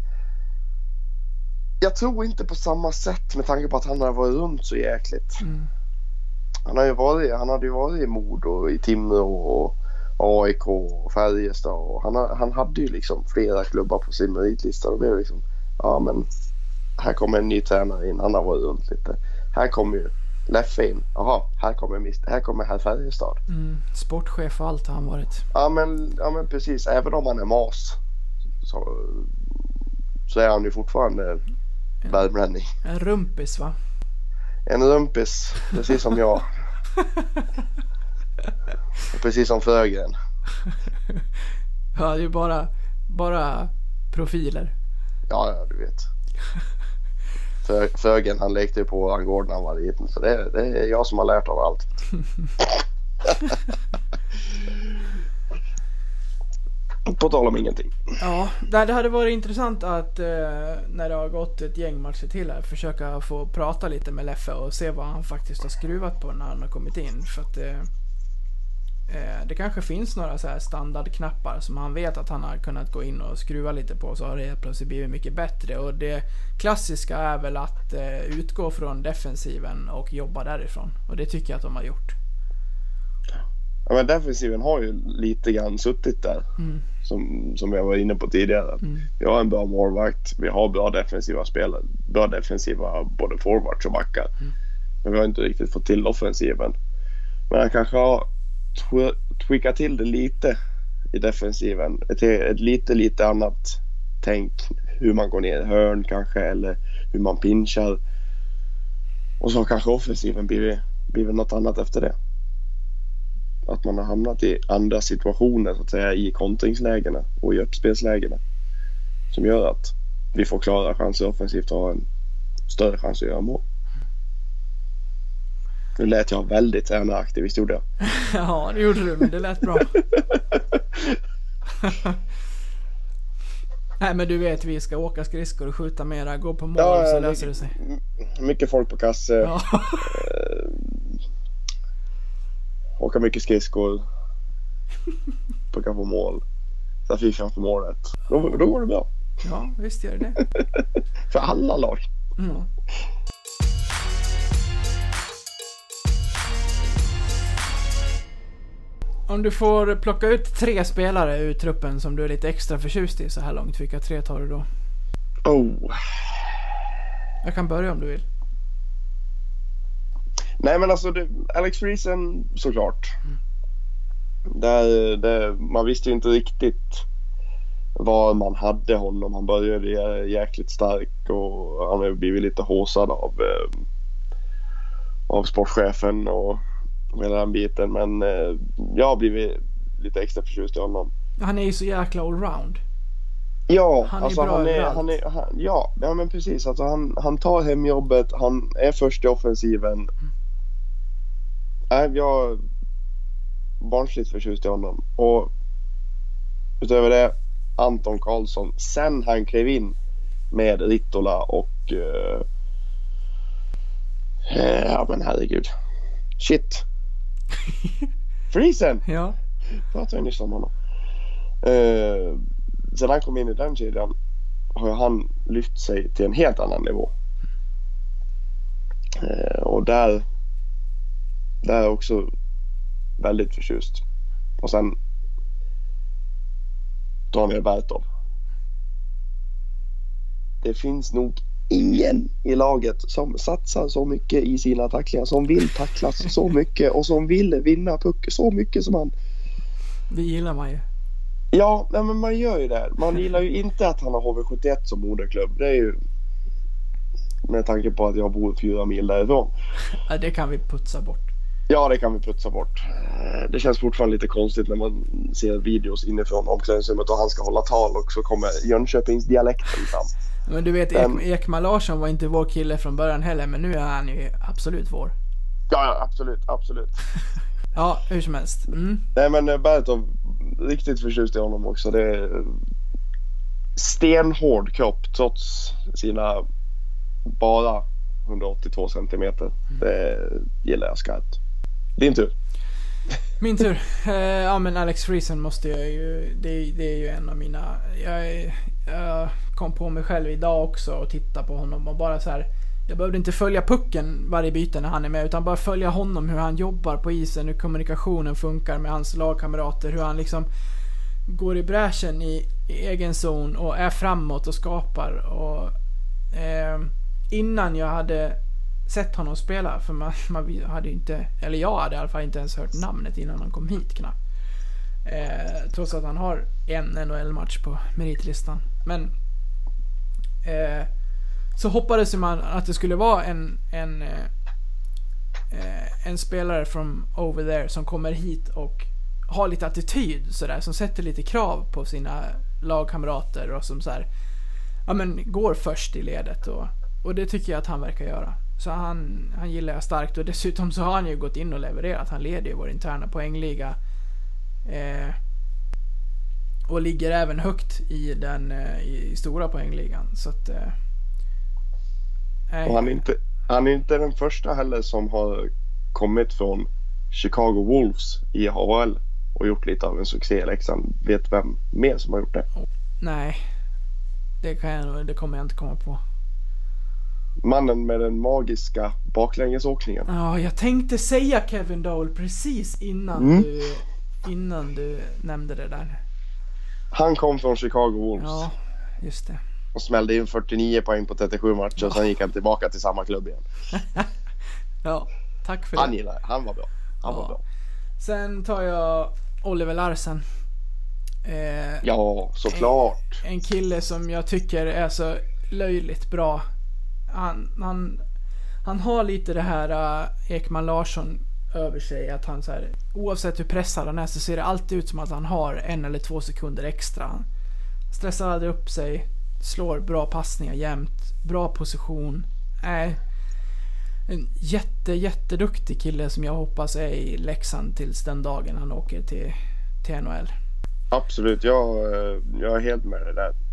Jag tror inte på samma sätt, med tanke på att han har varit runt så jäkligt. Han hade ju varit i Mod och i Timrå och AIK och Färjestad, och han hade ju liksom flera klubbar på sin meritlista, och det blev liksom, ja men här kommer en ny tränare in, han har varit runt lite. Här kommer ju Leffe in, jaha, här kommer här Färjestad. Sportchef och allt har han varit. Ja men precis, även om han är mas så är han ju fortfarande värmlänning. En rumpis, va? En rumpis, precis som jag. Och precis som Frögren. Ja, det är ju bara profiler. Ja, du vet. Frögren, han lekte ju på våran gård när han var liten. Så det är jag som har lärt av allt. På tal om ingenting. Ja, det hade varit intressant att när det har gått ett gäng matcher till här försöka få prata lite med Leffe och se vad han faktiskt har skruvat på när han har kommit in. För att det kanske finns några så här standardknappar som han vet att han har kunnat gå in och skruva lite på, så har det plötsligt blivit mycket bättre. Och det klassiska är väl att utgå från defensiven och jobba därifrån. Och det tycker jag att de har gjort. Ja, men defensiven har ju lite grann suttit där. Som jag var inne på tidigare. Vi har en bra målvakt. Vi har bra defensiva spelare. Bra defensiva både forwards och backar. Men vi har inte riktigt fått till offensiven. Men jag kanske har tweakat till det lite i defensiven. Ett lite annat tänk. Hur man går ner i hörn kanske. Eller hur man pinchar. Och så kanske offensiven blivit något annat efter det. Att man har hamnat i andra situationer så att säga, i kontringslägena och i uppspelslägena, som gör att vi får klara chanser offensivt och ha en större chans att göra mål. Nu lät jag väldigt tränaktiv, visst gjorde jag? Ja, det gjorde du, men det lät bra. Nej, men du vet, vi ska åka skridskor och skjuta mera, gå på mål, så löser det sig. Mycket folk på kasse. Ja. Åka mycket skridskor. Pucka på mål. Så vi framför målet. Då går det bra. Ja, visst gör det. För alla lag. Om du får plocka ut 3 spelare ur truppen som du är lite extra förtjust i så här långt, vilka 3 tar du då? Jag kan börja om du vill. Nej, men alltså Alex Friesen såklart. Man visste ju inte riktigt var man hade honom. Han började jäkligt stark och han har blivit lite håsad av sportchefen och hela den biten. Men jag har blivit lite extra förtjust i honom. Han är ju så jäkla allround. Ja, han alltså ja, men precis. Alltså han tar hem jobbet. Han är först i offensiven. Jag är barnsligt förtjust i honom. Och utöver det, Anton Karlsson, sen han klev in med Rittola och ja, men herregud, shit. Friesen. Ja. Pratar jag nyss om honom. Sen han kom in i den kedjan har han lyft sig till en helt annan nivå. Och där är också väldigt förtjust. Och sen Daniel Bertov. Det finns nog ingen i laget som satsar så mycket i sina tacklingar, som vill tacklas så mycket och som vill vinna puck så mycket som han. Det gillar man ju. Ja, men man gör ju det. Man gillar ju inte att han har HV71 som moderklubb. Det är ju med tanke på att jag bor 4 mil därifrån. Ja, det kan vi putsa bort. Ja, det kan vi putsa bort. Det känns fortfarande lite konstigt när man ser videos inifrån omklädningsrummet och han ska hålla tal och så kommer Jönköpings dialekten fram. Men du vet, Ekman Larsson var inte vår kille från början heller, men nu är han ju absolut vår. Ja, absolut. Ja, hur som helst. Nej, men Bertov, riktigt förtjust i honom också. Det är stenhård kropp trots sina bara 182 centimeter. Det gillar jag skarpt. Din tur. Min tur. Ja, men Alex Friesen måste jag ju... Det är ju en av mina... Jag kom på mig själv idag också och titta på honom och bara så här... Jag behövde inte följa pucken varje byte när han är med, utan bara följa honom, hur han jobbar på isen, hur kommunikationen funkar med hans lagkamrater, hur han liksom går i bräschen i egen zon och är framåt och skapar. Och innan jag hade sett honom spela, för man hade inte, eller jag hade i alla fall inte ens hört namnet innan han kom hit knappt. Trots att han har en NHL-match på meritlistan. Men så hoppades man att det skulle vara en spelare från over there som kommer hit och har lite attityd sådär, som sätter lite krav på sina lagkamrater och som så här, ja men går först i ledet, och det tycker jag att han verkar göra. Så han gillar jag starkt, och dessutom så har han ju gått in och levererat. Han leder ju vår interna poängliga och ligger även högt i den i stora poängligan. Så att och han är inte den första heller som har kommit från Chicago Wolves i AHL och gjort lite av en succé i Leksand. Vet vem mer som har gjort det? Nej, det kommer jag inte komma på. Mannen med den magiska baklängesåkningen. Ja, jag tänkte säga Kevin Dole precis innan du nämnde det där. Han kom från Chicago Wolves. Ja, just det. Och smällde in 49 poäng på 37 matcher, och sen gick han tillbaka till samma klubb igen. Ja, tack för det. Han var bra. Han var bra. Sen tar jag Oliver Larsen. Ja, såklart. En kille som jag tycker är så löjligt bra. Han har lite det här Ekman Larsson över sig, att han så här, oavsett hur pressad han är så ser det alltid ut som att han har 1 eller 2 sekunder extra. Han stressar aldrig upp sig, slår bra passningar jämt, bra position. En jätteduktig kille som jag hoppas är i Leksand tills den dagen han åker till NHL. Absolut, jag är helt med det där.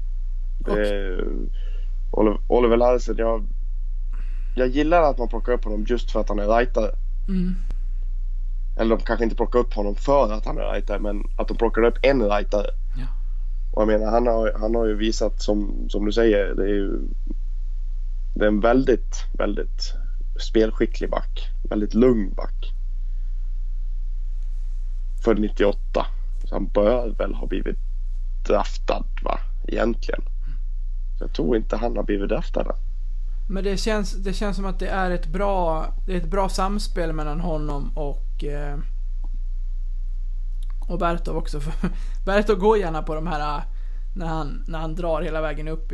Oliver Larsen, jag gillar att man plockar upp honom just för att han är rightare. Eller de kanske inte plockar upp honom för att han är rightare, men att de plockar upp en rightare. Ja. Och jag menar, han har ju visat, som du säger, det är en väldigt, väldigt spelskicklig back. Väldigt lugn back. För 98. Så han bör väl ha blivit draftad, va? Egentligen. Så jag tror inte han har blivit draftad. Men det känns som att det är ett bra samspel mellan honom och Bertov också. Bertov går gärna på de här när han drar hela vägen upp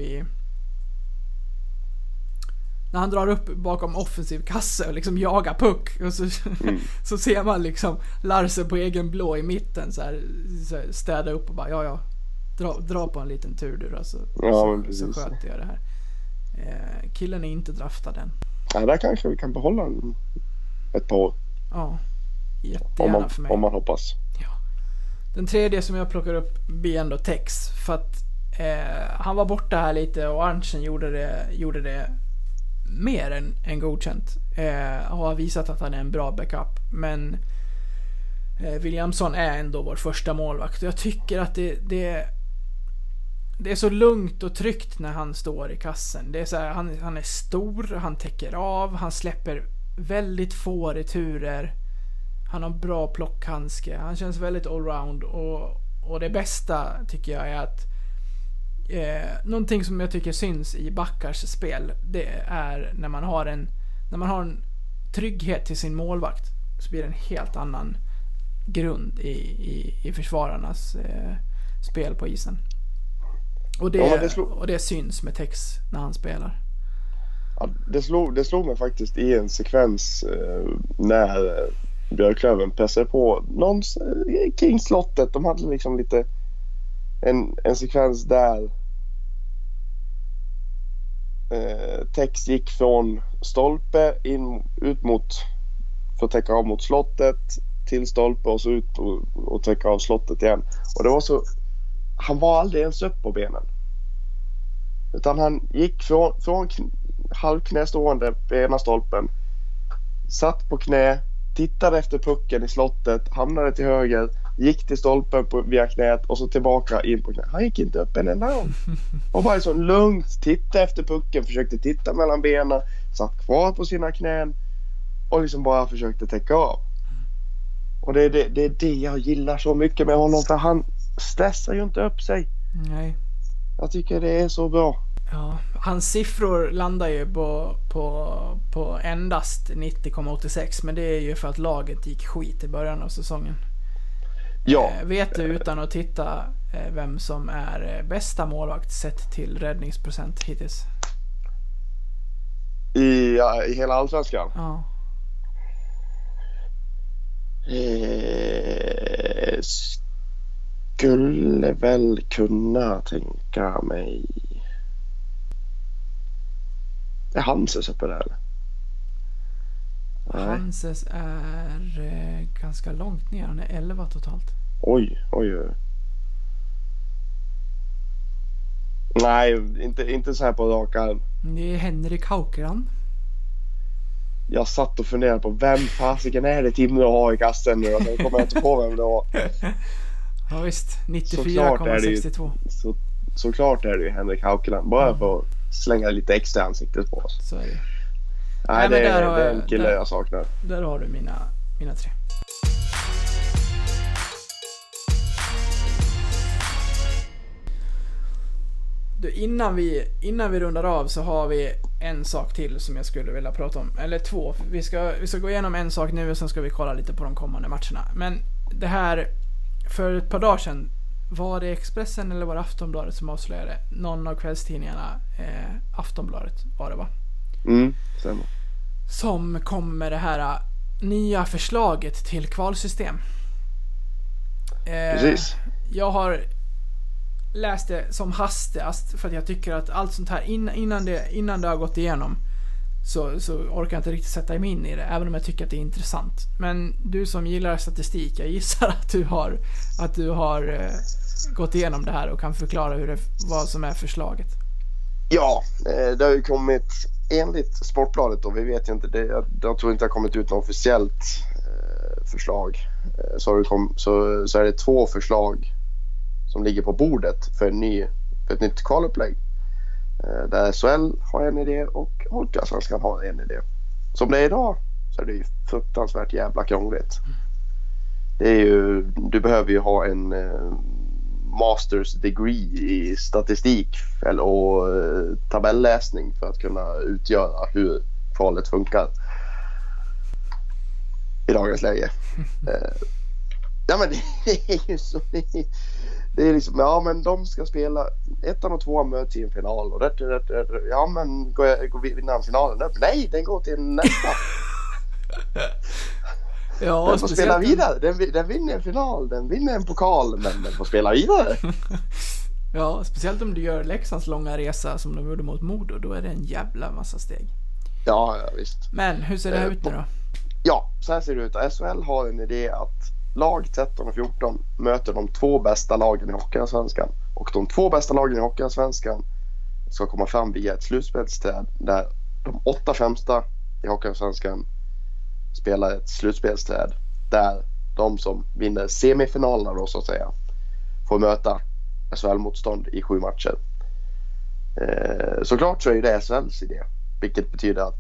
när han drar upp bakom offensiv kasse och liksom jagar puck, och så ser man liksom Larsen på egen blå i mitten så här städa upp och bara dra på en liten tur du då, så sköter jag det här. Killen är inte draftad än. Ja, där kanske vi kan behålla ett par år. Ja, jättegärna för mig. Om man hoppas. Ja. Den tredje som jag plockar upp blir ändå Tex, för att han var borta här lite och Arntzen gjorde det mer än godkänt. Har visat att han är en bra backup, men Williamson är ändå vår första målvakt. Jag tycker att det är så lugnt och tryggt när han står i kassen. Det är så här, han är stor, han täcker av, han släpper väldigt få returer. Han har bra plockhandske. Han känns väldigt allround, och det bästa tycker jag är att någonting som jag tycker syns i backars spel, det är när man har en trygghet till sin målvakt, så blir det en helt annan grund i försvararnas spel på isen. Och det syns med Tex när han spelar. Ja, det slog mig faktiskt i en sekvens när Björklöven pressade på någon kring slottet. De hade liksom lite en sekvens där Tex gick från stolpe ut mot, för att täcka av mot slottet, till stolpe och så ut och täcka av slottet igen. Och det var så, han var aldrig ens upp på benen, utan han gick från halvknä stående på ena stolpen, satt på knä, tittade efter pucken i slottet, hamnade till höger, gick till stolpen via knät och så tillbaka in på knä. Han gick inte upp en enda gång. Och bara så lugnt tittade efter pucken, försökte titta mellan benen, satt kvar på sina knän och liksom bara försökte täcka av. Och det är det jag gillar så mycket med honom, för han stressar ju inte upp sig. Nej. Jag tycker det är så bra. Ja, hans siffror landar ju på endast 90,86, men det är ju för att laget gick skit i början av säsongen. Ja. Vet du utan att titta vem som är bästa målvakt sett till räddningsprocent hittills? I hela allsvenskan? Ja. Skulle väl kunna tänka mig. Är Hanses uppe där eller? Hanses är ganska långt ner. Han är 11 totalt. Oj. Nej, inte så här på rak arm. Det är Henrik Haukeland. Jag satt och funderade på vem fasiken är det Timrå har i kassen nu. Jag kommer inte på vem det var. Ja visst, 94,62. Såklart är det ju Henrik Haukeland. Bara för att slänga lite extra ansiktet på oss. Så är det. Nej, det är en kille jag saknar. Där har du mina 3. Du, innan vi rundar av så har vi en sak till som jag skulle vilja prata om. Eller 2. Vi ska gå igenom en sak nu och sen ska vi kolla lite på de kommande matcherna. Men det här, för ett par dagar sedan, var det Expressen eller var det Aftonbladet som avslöjade? Någon av kvällstidningarna, Aftonbladet var det, va? Stämmer. Som kom med det här nya förslaget till kvalsystem. Precis. Jag har läst det som hastigast för att jag tycker att allt sånt här innan det har gått igenom så orkar jag inte riktigt sätta mig in i det, även om jag tycker att det är intressant. Men du som gillar statistik, jag gissar att du har gått igenom det här och kan förklara vad som är förslaget. Ja, det har ju kommit enligt Sportbladet och vi vet ju inte det. Jag tror inte det har kommit ut något officiellt förslag. Så är det 2 förslag som ligger på bordet för ett nytt kvalupplägg. Där SHL har en idé och Hockeyallsvenskan har en idé. Som det är idag så är det ju fruktansvärt jävla krångligt. Det är ju, du behöver ju ha en masters degree i statistik och tabelläsning för att kunna utgöra hur kvalet funkar i dagens läge. Ja, men det är ju så. Det är liksom, ja men de ska spela 1 och 2 möts i en final och ja men går vinna finalen? Nej, den går till nästa. Ja, den får spela vidare. Den vinner en final, den vinner en pokal, men den får spela vidare. Ja, speciellt om du gör Leksands långa resa som de gjorde mot Modo, då är det en jävla massa steg. Ja, visst. Men hur ser det här ut nu då? Ja, så här ser det ut. SHL har en idé att lag 13 och 14 möter de 2 bästa lagen i Hockeyallsvenskan. Och de 2 bästa lagen i Hockeyallsvenskan ska komma fram via ett slutspelsträd där de 8 främsta i Hockeyallsvenskan spelar ett slutspelsträd där de som vinner semifinalerna då så att säga får möta SHL-motstånd i 7 matcher. Såklart så är det SHLs idé, vilket betyder att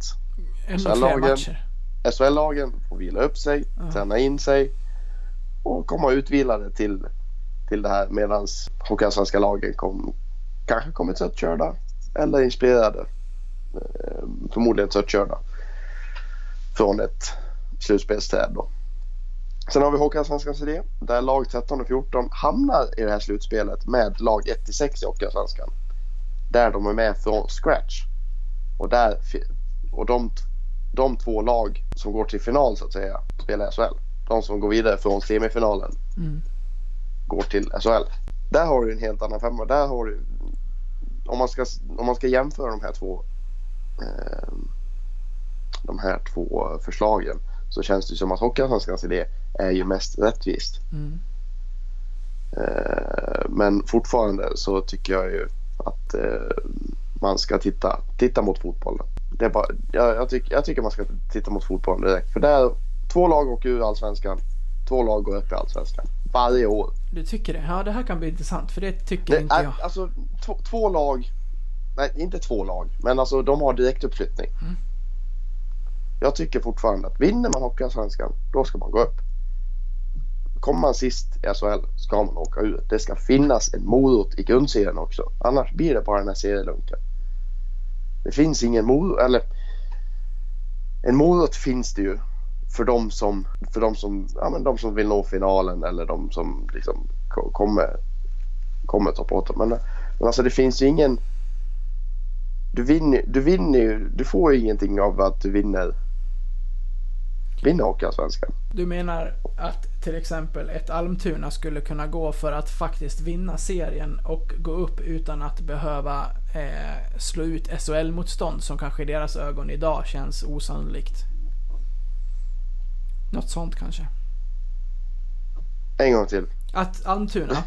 SHL-lagen får vila upp sig, träna in sig och komma utvilade till det här, medan Hockeyallsvenska lagen kanske kommer tröttkörda eller inspirerade, förmodligen tröttkörda från ett slutspelsträd då. Sen har vi Hockeyallsvenskans idé där lag 13 och 14 hamnar i det här slutspelet med lag 1-6 i Hockeyallsvenskan, där de är med från scratch och de 2 lag som går till final så att säga spelar SHL. De som går vidare från semifinalen går till SHL. Där har du en helt annan femma. Där har du, om man ska jämföra de här två förslagen, så känns det som att Hockeyallsvenskans idé är ju mest rättvist. Men fortfarande så tycker jag ju att man ska titta mot fotbollen. Det är bara, jag tycker man ska titta mot fotbollen direkt. För där 2 lag åker ur Allsvenskan, 2 lag går upp i Allsvenskan varje år. Du tycker det? Ja, det här kan bli intressant, för det tycker inte jag. Alltså 2 lag, nej inte 2 lag, men alltså de har direktuppflyttning. Jag tycker fortfarande att vinner man Hockeyallsvenskan, då ska man gå upp. Kommer man sist i SHL ska man åka ut. Det ska finnas en morot i grundserien också. Annars blir det bara den här serielunken. Det finns ingen morot, eller en morot finns det ju för de som vill nå finalen eller de som liksom kommer ta på det. Men alltså det finns ju ingen, du vinner ju, du får ju ingenting av att du vinner Hockeyallsvenskan. Du menar att till exempel ett Almtuna skulle kunna gå för att faktiskt vinna serien och gå upp utan att behöva slå ut SHL-motstånd som kanske i deras ögon idag känns osannolikt? Något sånt kanske. En gång till. Att Almtuna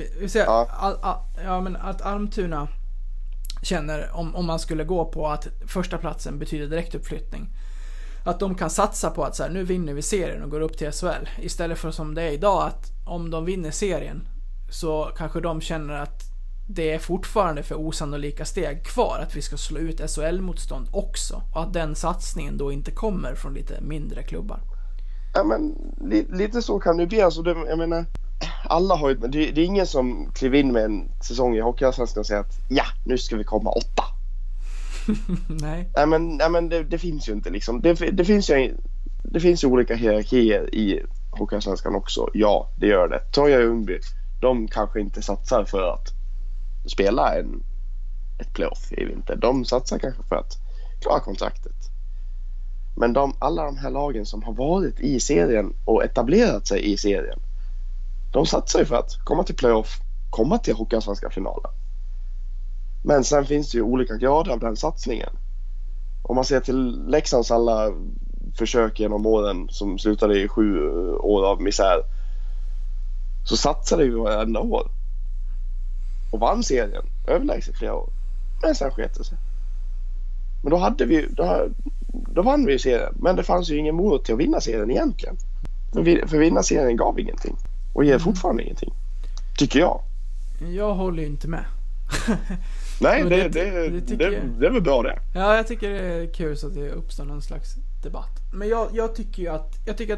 men att Almtuna känner om man skulle gå på att första platsen betyder direktuppflyttning, att de kan satsa på att så här, nu vinner vi serien och går upp till SHL, istället för som det är idag att om de vinner serien så kanske de känner att det är fortfarande för osannolika steg kvar att vi ska slå ut SHL-motstånd också, och att den satsningen då inte kommer från lite mindre klubbar. Ja, men lite så kan det bli. Alltså, jag menar, alla har ju, det är ingen som kliver in med en säsong i Hockeyallsvenskan och säger att ja, nu ska vi komma 8. Nej. Men det finns ju inte liksom. Det finns ju olika hierarkier i Hockeyallsvenskan också. Ja, det gör det. Troja Ljungby, de kanske inte satsar för att spela ett playoff i vinter. De satsar kanske för att klara kontraktet. Men alla de här lagen som har varit i serien och etablerat sig i serien, de satsar ju för att komma till playoff, komma till Hockeyallsvenska finalen. Men sen finns det ju olika grader av den satsningen. Om man ser till Leksands alla försök genom åren som slutade i 7 år av misär, så satsade vi varenda år och vann serien överlägset flera år. Men sen sket det sig. Men då vann vi ju serien. Men det fanns ju ingen morot till att vinna serien egentligen. För vinna serien gav ingenting. Och ger fortfarande ingenting. Tycker jag. Jag håller ju inte med. Nej, det är väl bra det. Ja, jag tycker det är kul så att det uppstår någon slags debatt. Men jag tycker att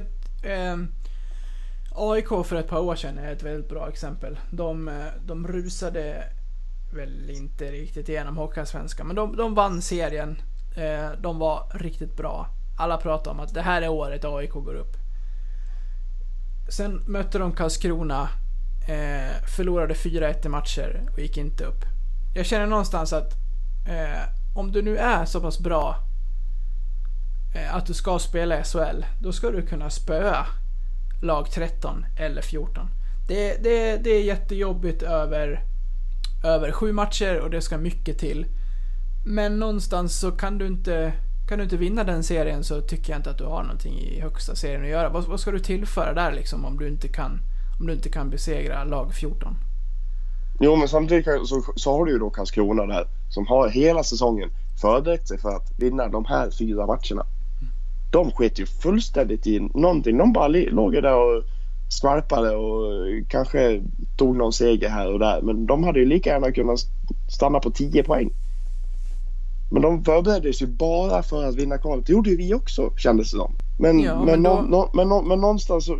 AIK för ett par år sedan är ett väldigt bra exempel. De rusade väl inte riktigt igenom Hockeyallsvenskan, men de vann serien. De var riktigt bra. Alla pratar om att det här är året AIK går upp. Sen mötte de Karlskrona, förlorade 4-1 i matcher och gick inte upp. Jag känner någonstans att om du nu är så pass bra att du ska spela SHL, då ska du kunna spöa lag 13 eller 14. Det är jättejobbigt över 7 matcher och det ska mycket till. Men någonstans så kan du inte vinna den serien, så tycker jag inte att du har någonting i högsta serien att göra. Vad ska du tillföra där liksom om du inte kan besegra lag 14? Jo, men samtidigt så har du ju då Karlskrona där som har hela säsongen förberett sig för att vinna de här 4 matcherna. De sket ju fullständigt i någonting. De bara låg där och skvalpade och kanske tog någon seger här och där. Men de hade ju lika gärna kunnat stanna på 10 poäng. Men de förberedde sig bara för att vinna kvalet. Det gjorde ju vi också, kändes det som. Men någonstans så,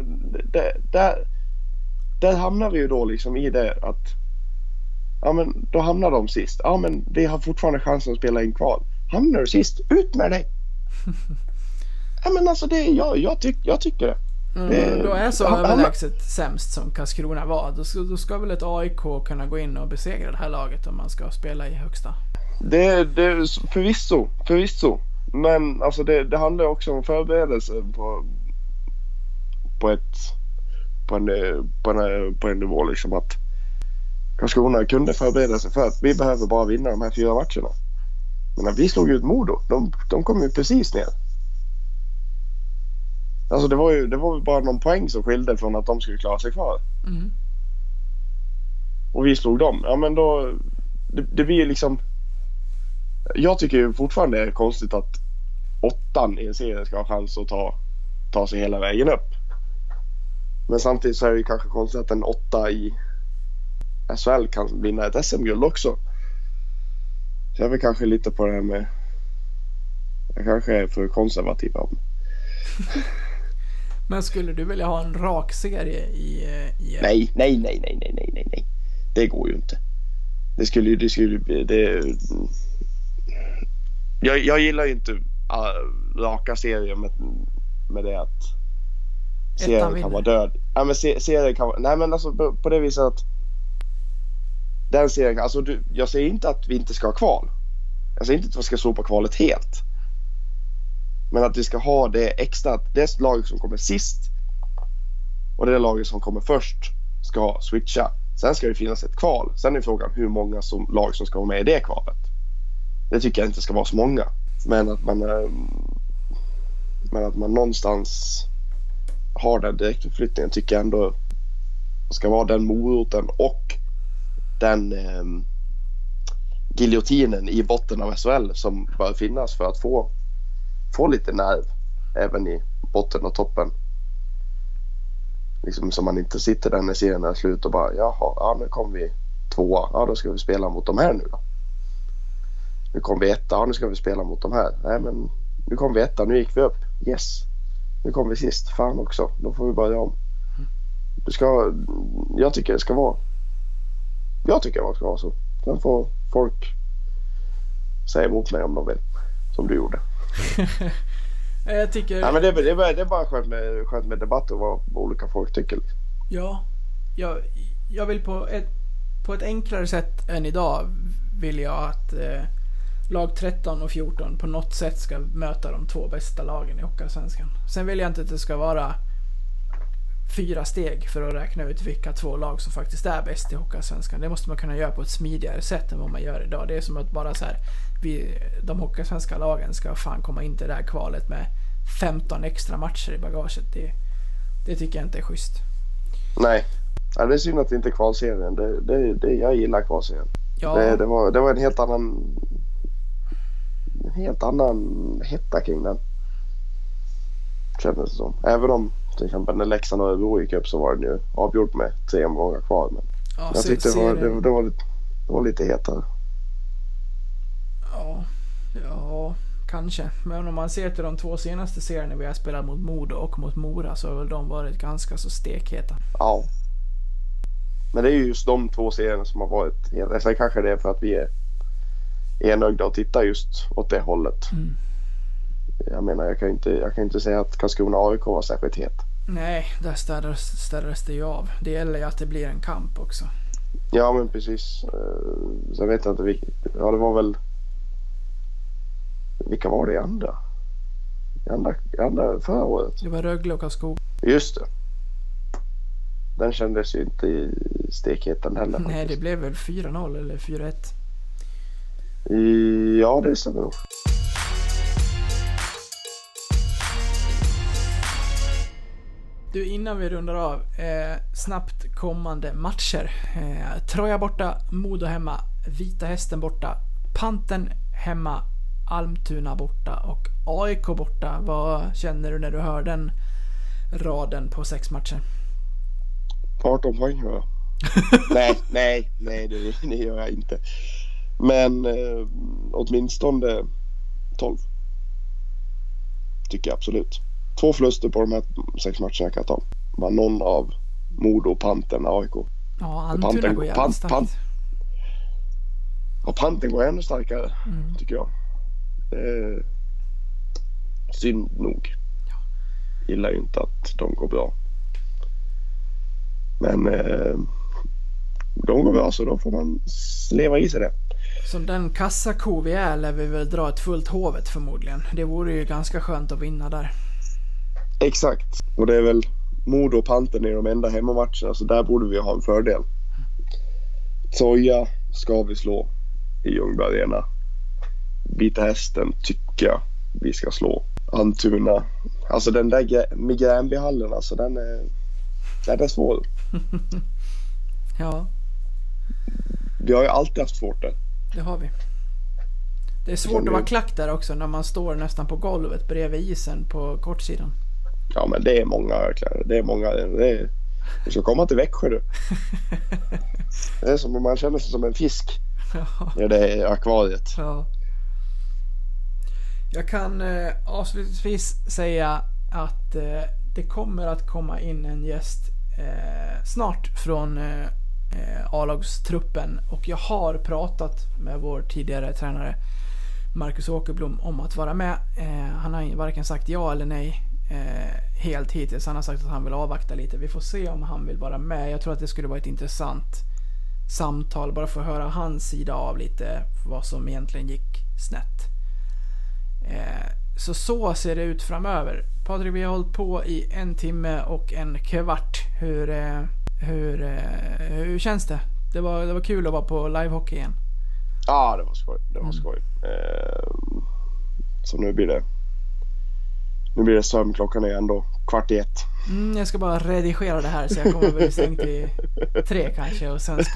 där hamnar vi ju då liksom i det att ja, men då hamnar de sist. Ja, men vi har fortfarande chansen att spela in kval. Hamnar du sist, ut med dig. Ja, men alltså jag tycker det. Då är så överlägset sämst som Karlskrona var. Då ska väl ett AIK kunna gå in och besegra det här laget om man ska spela i högsta. Det förvisso. Men alltså det handlar också om förberedelse på en nivå liksom, att Karlskrona kunde förbereda sig för att vi behöver bara vinna de här 4 matcherna. Men när vi slog ut Modo, de kom ju precis ner. Alltså det var bara någon poäng som skilde från att de skulle klara sig kvar. Mm. Och vi slog dem. Ja, men då det blir ju liksom, jag tycker ju fortfarande det är konstigt att 8:an i en serie ska ha chans att ta sig hela vägen upp. Men samtidigt så är det ju kanske konstigt att en 8 i SHL kan vinna ett SM-guld också. Så jag är väl kanske lite på det här med, jag kanske är för konservativ av mig. Men skulle du vilja ha en rak serie i Nej. Det går ju inte. Jag gillar ju inte raka serier med det att serien kan vara död. Ja, men serien kan vara... Nej, men alltså på det viset att den serien... Alltså jag säger inte att vi inte ska ha kval. Jag säger inte att vi ska sopa kvalet helt. Men att vi ska ha det extra, att det laget som kommer sist och det laget som kommer först ska switcha. Sen ska det finnas ett kval. Sen är frågan hur många lag som ska vara med i det kvalet. Det tycker jag inte ska vara så många. Men att man någonstans har den direktförflyttningen tycker jag ändå ska vara den moroten och den giljotinen i botten av SHL som bör finnas för att få lite nerv även i botten och toppen. Liksom så man inte sitter där när serien är slut och bara jaha, nu kommer vi 2, då ska vi spela mot de här nu då. Nu kommer vi 1, nu ska vi spela mot de här. Nej, men nu kom vi 1, nu gick vi upp. Yes. Nu kom vi sist. Fan också. Då får vi börja om. Jag tycker det ska vara så. Sen får folk säga emot mig om de vill. Som du gjorde. Jag tycker... Ja, men det är bara skönt med debatt och vad olika folk tycker. Ja. Jag vill på ett enklare sätt än idag vill jag att lag 13 och 14 på något sätt ska möta de 2 bästa lagen i Hockeyallsvenskan. Sen vill jag inte att det ska vara 4 steg för att räkna ut vilka 2 lag som faktiskt är bäst i Hockeyallsvenskan. Det måste man kunna göra på ett smidigare sätt än vad man gör idag. Det är som att bara så här, de Hockeyallsvenska lagen ska fan komma in till det här kvalet med 15 extra matcher i bagaget. Det tycker jag inte är schysst. Nej. Ja, det är synd att det inte är kvalserien. Jag gillar kvalserien. Ja. Det var en helt annan hetta kring den. Kändes det som. Även om till exempel när Leksand och Örebro gick upp så var det nu avgjort med 3 omgångar kvar. Men ja, jag tyckte det var lite hetare. Ja, kanske. Men om man ser till de 2 senaste serierna vi har spelat mot Modo och mot Mora så har väl de varit ganska så stekheta. Ja. Men det är ju just de 2 serierna som har varit helt... Sen kanske det är för att vi är enögda och tittar just åt det hållet. Jag menar, jag kan inte säga att Karlskrona AIK var särskilt het. Nej, där ställdes det ju av. Det gäller ju att det blir en kamp också. Ja, men precis. Sen vet jag inte det var väl... Vilka var det i andra förra året? Det var Rögle och Karlskoga. Just det. Den kändes ju inte i stekheten heller. Nej, faktiskt. det blev väl 4-0 eller 4-1. Ja, det stämmer nog. Du, innan vi rundar av, snabbt kommande matcher. Troja borta, Modo hemma, Vita Hästen borta, Pantern hemma, Almtuna borta och AIK borta. Vad känner du när du hör den raden på 6 matcher? 18 poäng hör jag. nej, det gör jag inte. Men åtminstone 12. Tycker jag absolut. 2 förluster på de här 6 matcherna kan jag ta. Var någon av Modo, Pantern, AIK. Ja, Almtuna går jävligt starkt. Och Pantern går ännu starkare, tycker jag. Synd nog. Gillar ju inte att de går bra. Men de går bra, så då får man leva i sig det. Som den kassako vi är lär vi väl dra ett fullt hovet förmodligen. Det vore ju ganska skönt att vinna där. Exakt. Och det är väl Modo och Pantern i de enda hemmamatcherna, så där borde vi ha en fördel. Troja ska vi slå i Ljungberg Arena. Vita Hästen tycker jag vi ska slå. Almtuna. Alltså den där Migränbyhallen, alltså den är svår. Ja. Vi har ju alltid haft svårt där. Det har vi. Det är svårt att vara klack där också när man står nästan på golvet bredvid isen på kortsidan. Ja, men det är många. Du ska komma till Växjö du. Det är som om man känner sig som en fisk. Ja, det är akvariet. Ja. Jag kan avslutningsvis säga att det kommer att komma in en gäst snart från A-lagstruppen, och jag har pratat med vår tidigare tränare Marcus Åkerblom om att vara med. Han har varken sagt ja eller nej helt hittills. Han har sagt att han vill avvakta lite. Vi får se om han vill vara med. Jag tror att det skulle vara ett intressant samtal. Bara för att höra hans sida av lite vad som egentligen gick snett. Så ser det ut framöver. Patrik, vi har hållit på i 1 timme och 1 kvart. Hur känns det? Det var kul att vara på livehockey igen. Ja, det var skoj. Det var skoj. Så nu blir det sömn. Klockan är ändå 13:15. Jag ska bara redigera det här så jag kommer väl stängt i 3 kanske. Och sen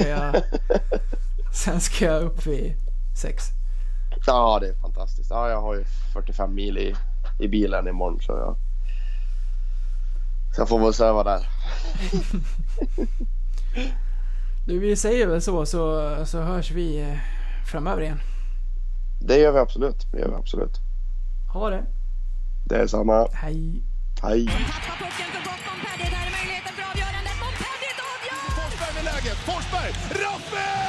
ska jag upp vid 6. Ja, det är fantastiskt. Ja, jag har ju 45 mil i bilen imorgon så jag får väl söva där. Du, vi säger väl så hörs vi framöver igen. Det gör vi absolut. Ha det. Det är samma. Hej. Hej. Tappar pucken för gott. Montpellier, där är möjligheten för avgörandet. Montpellier avgör! Forsberg med läget. Forsberg! Rappel!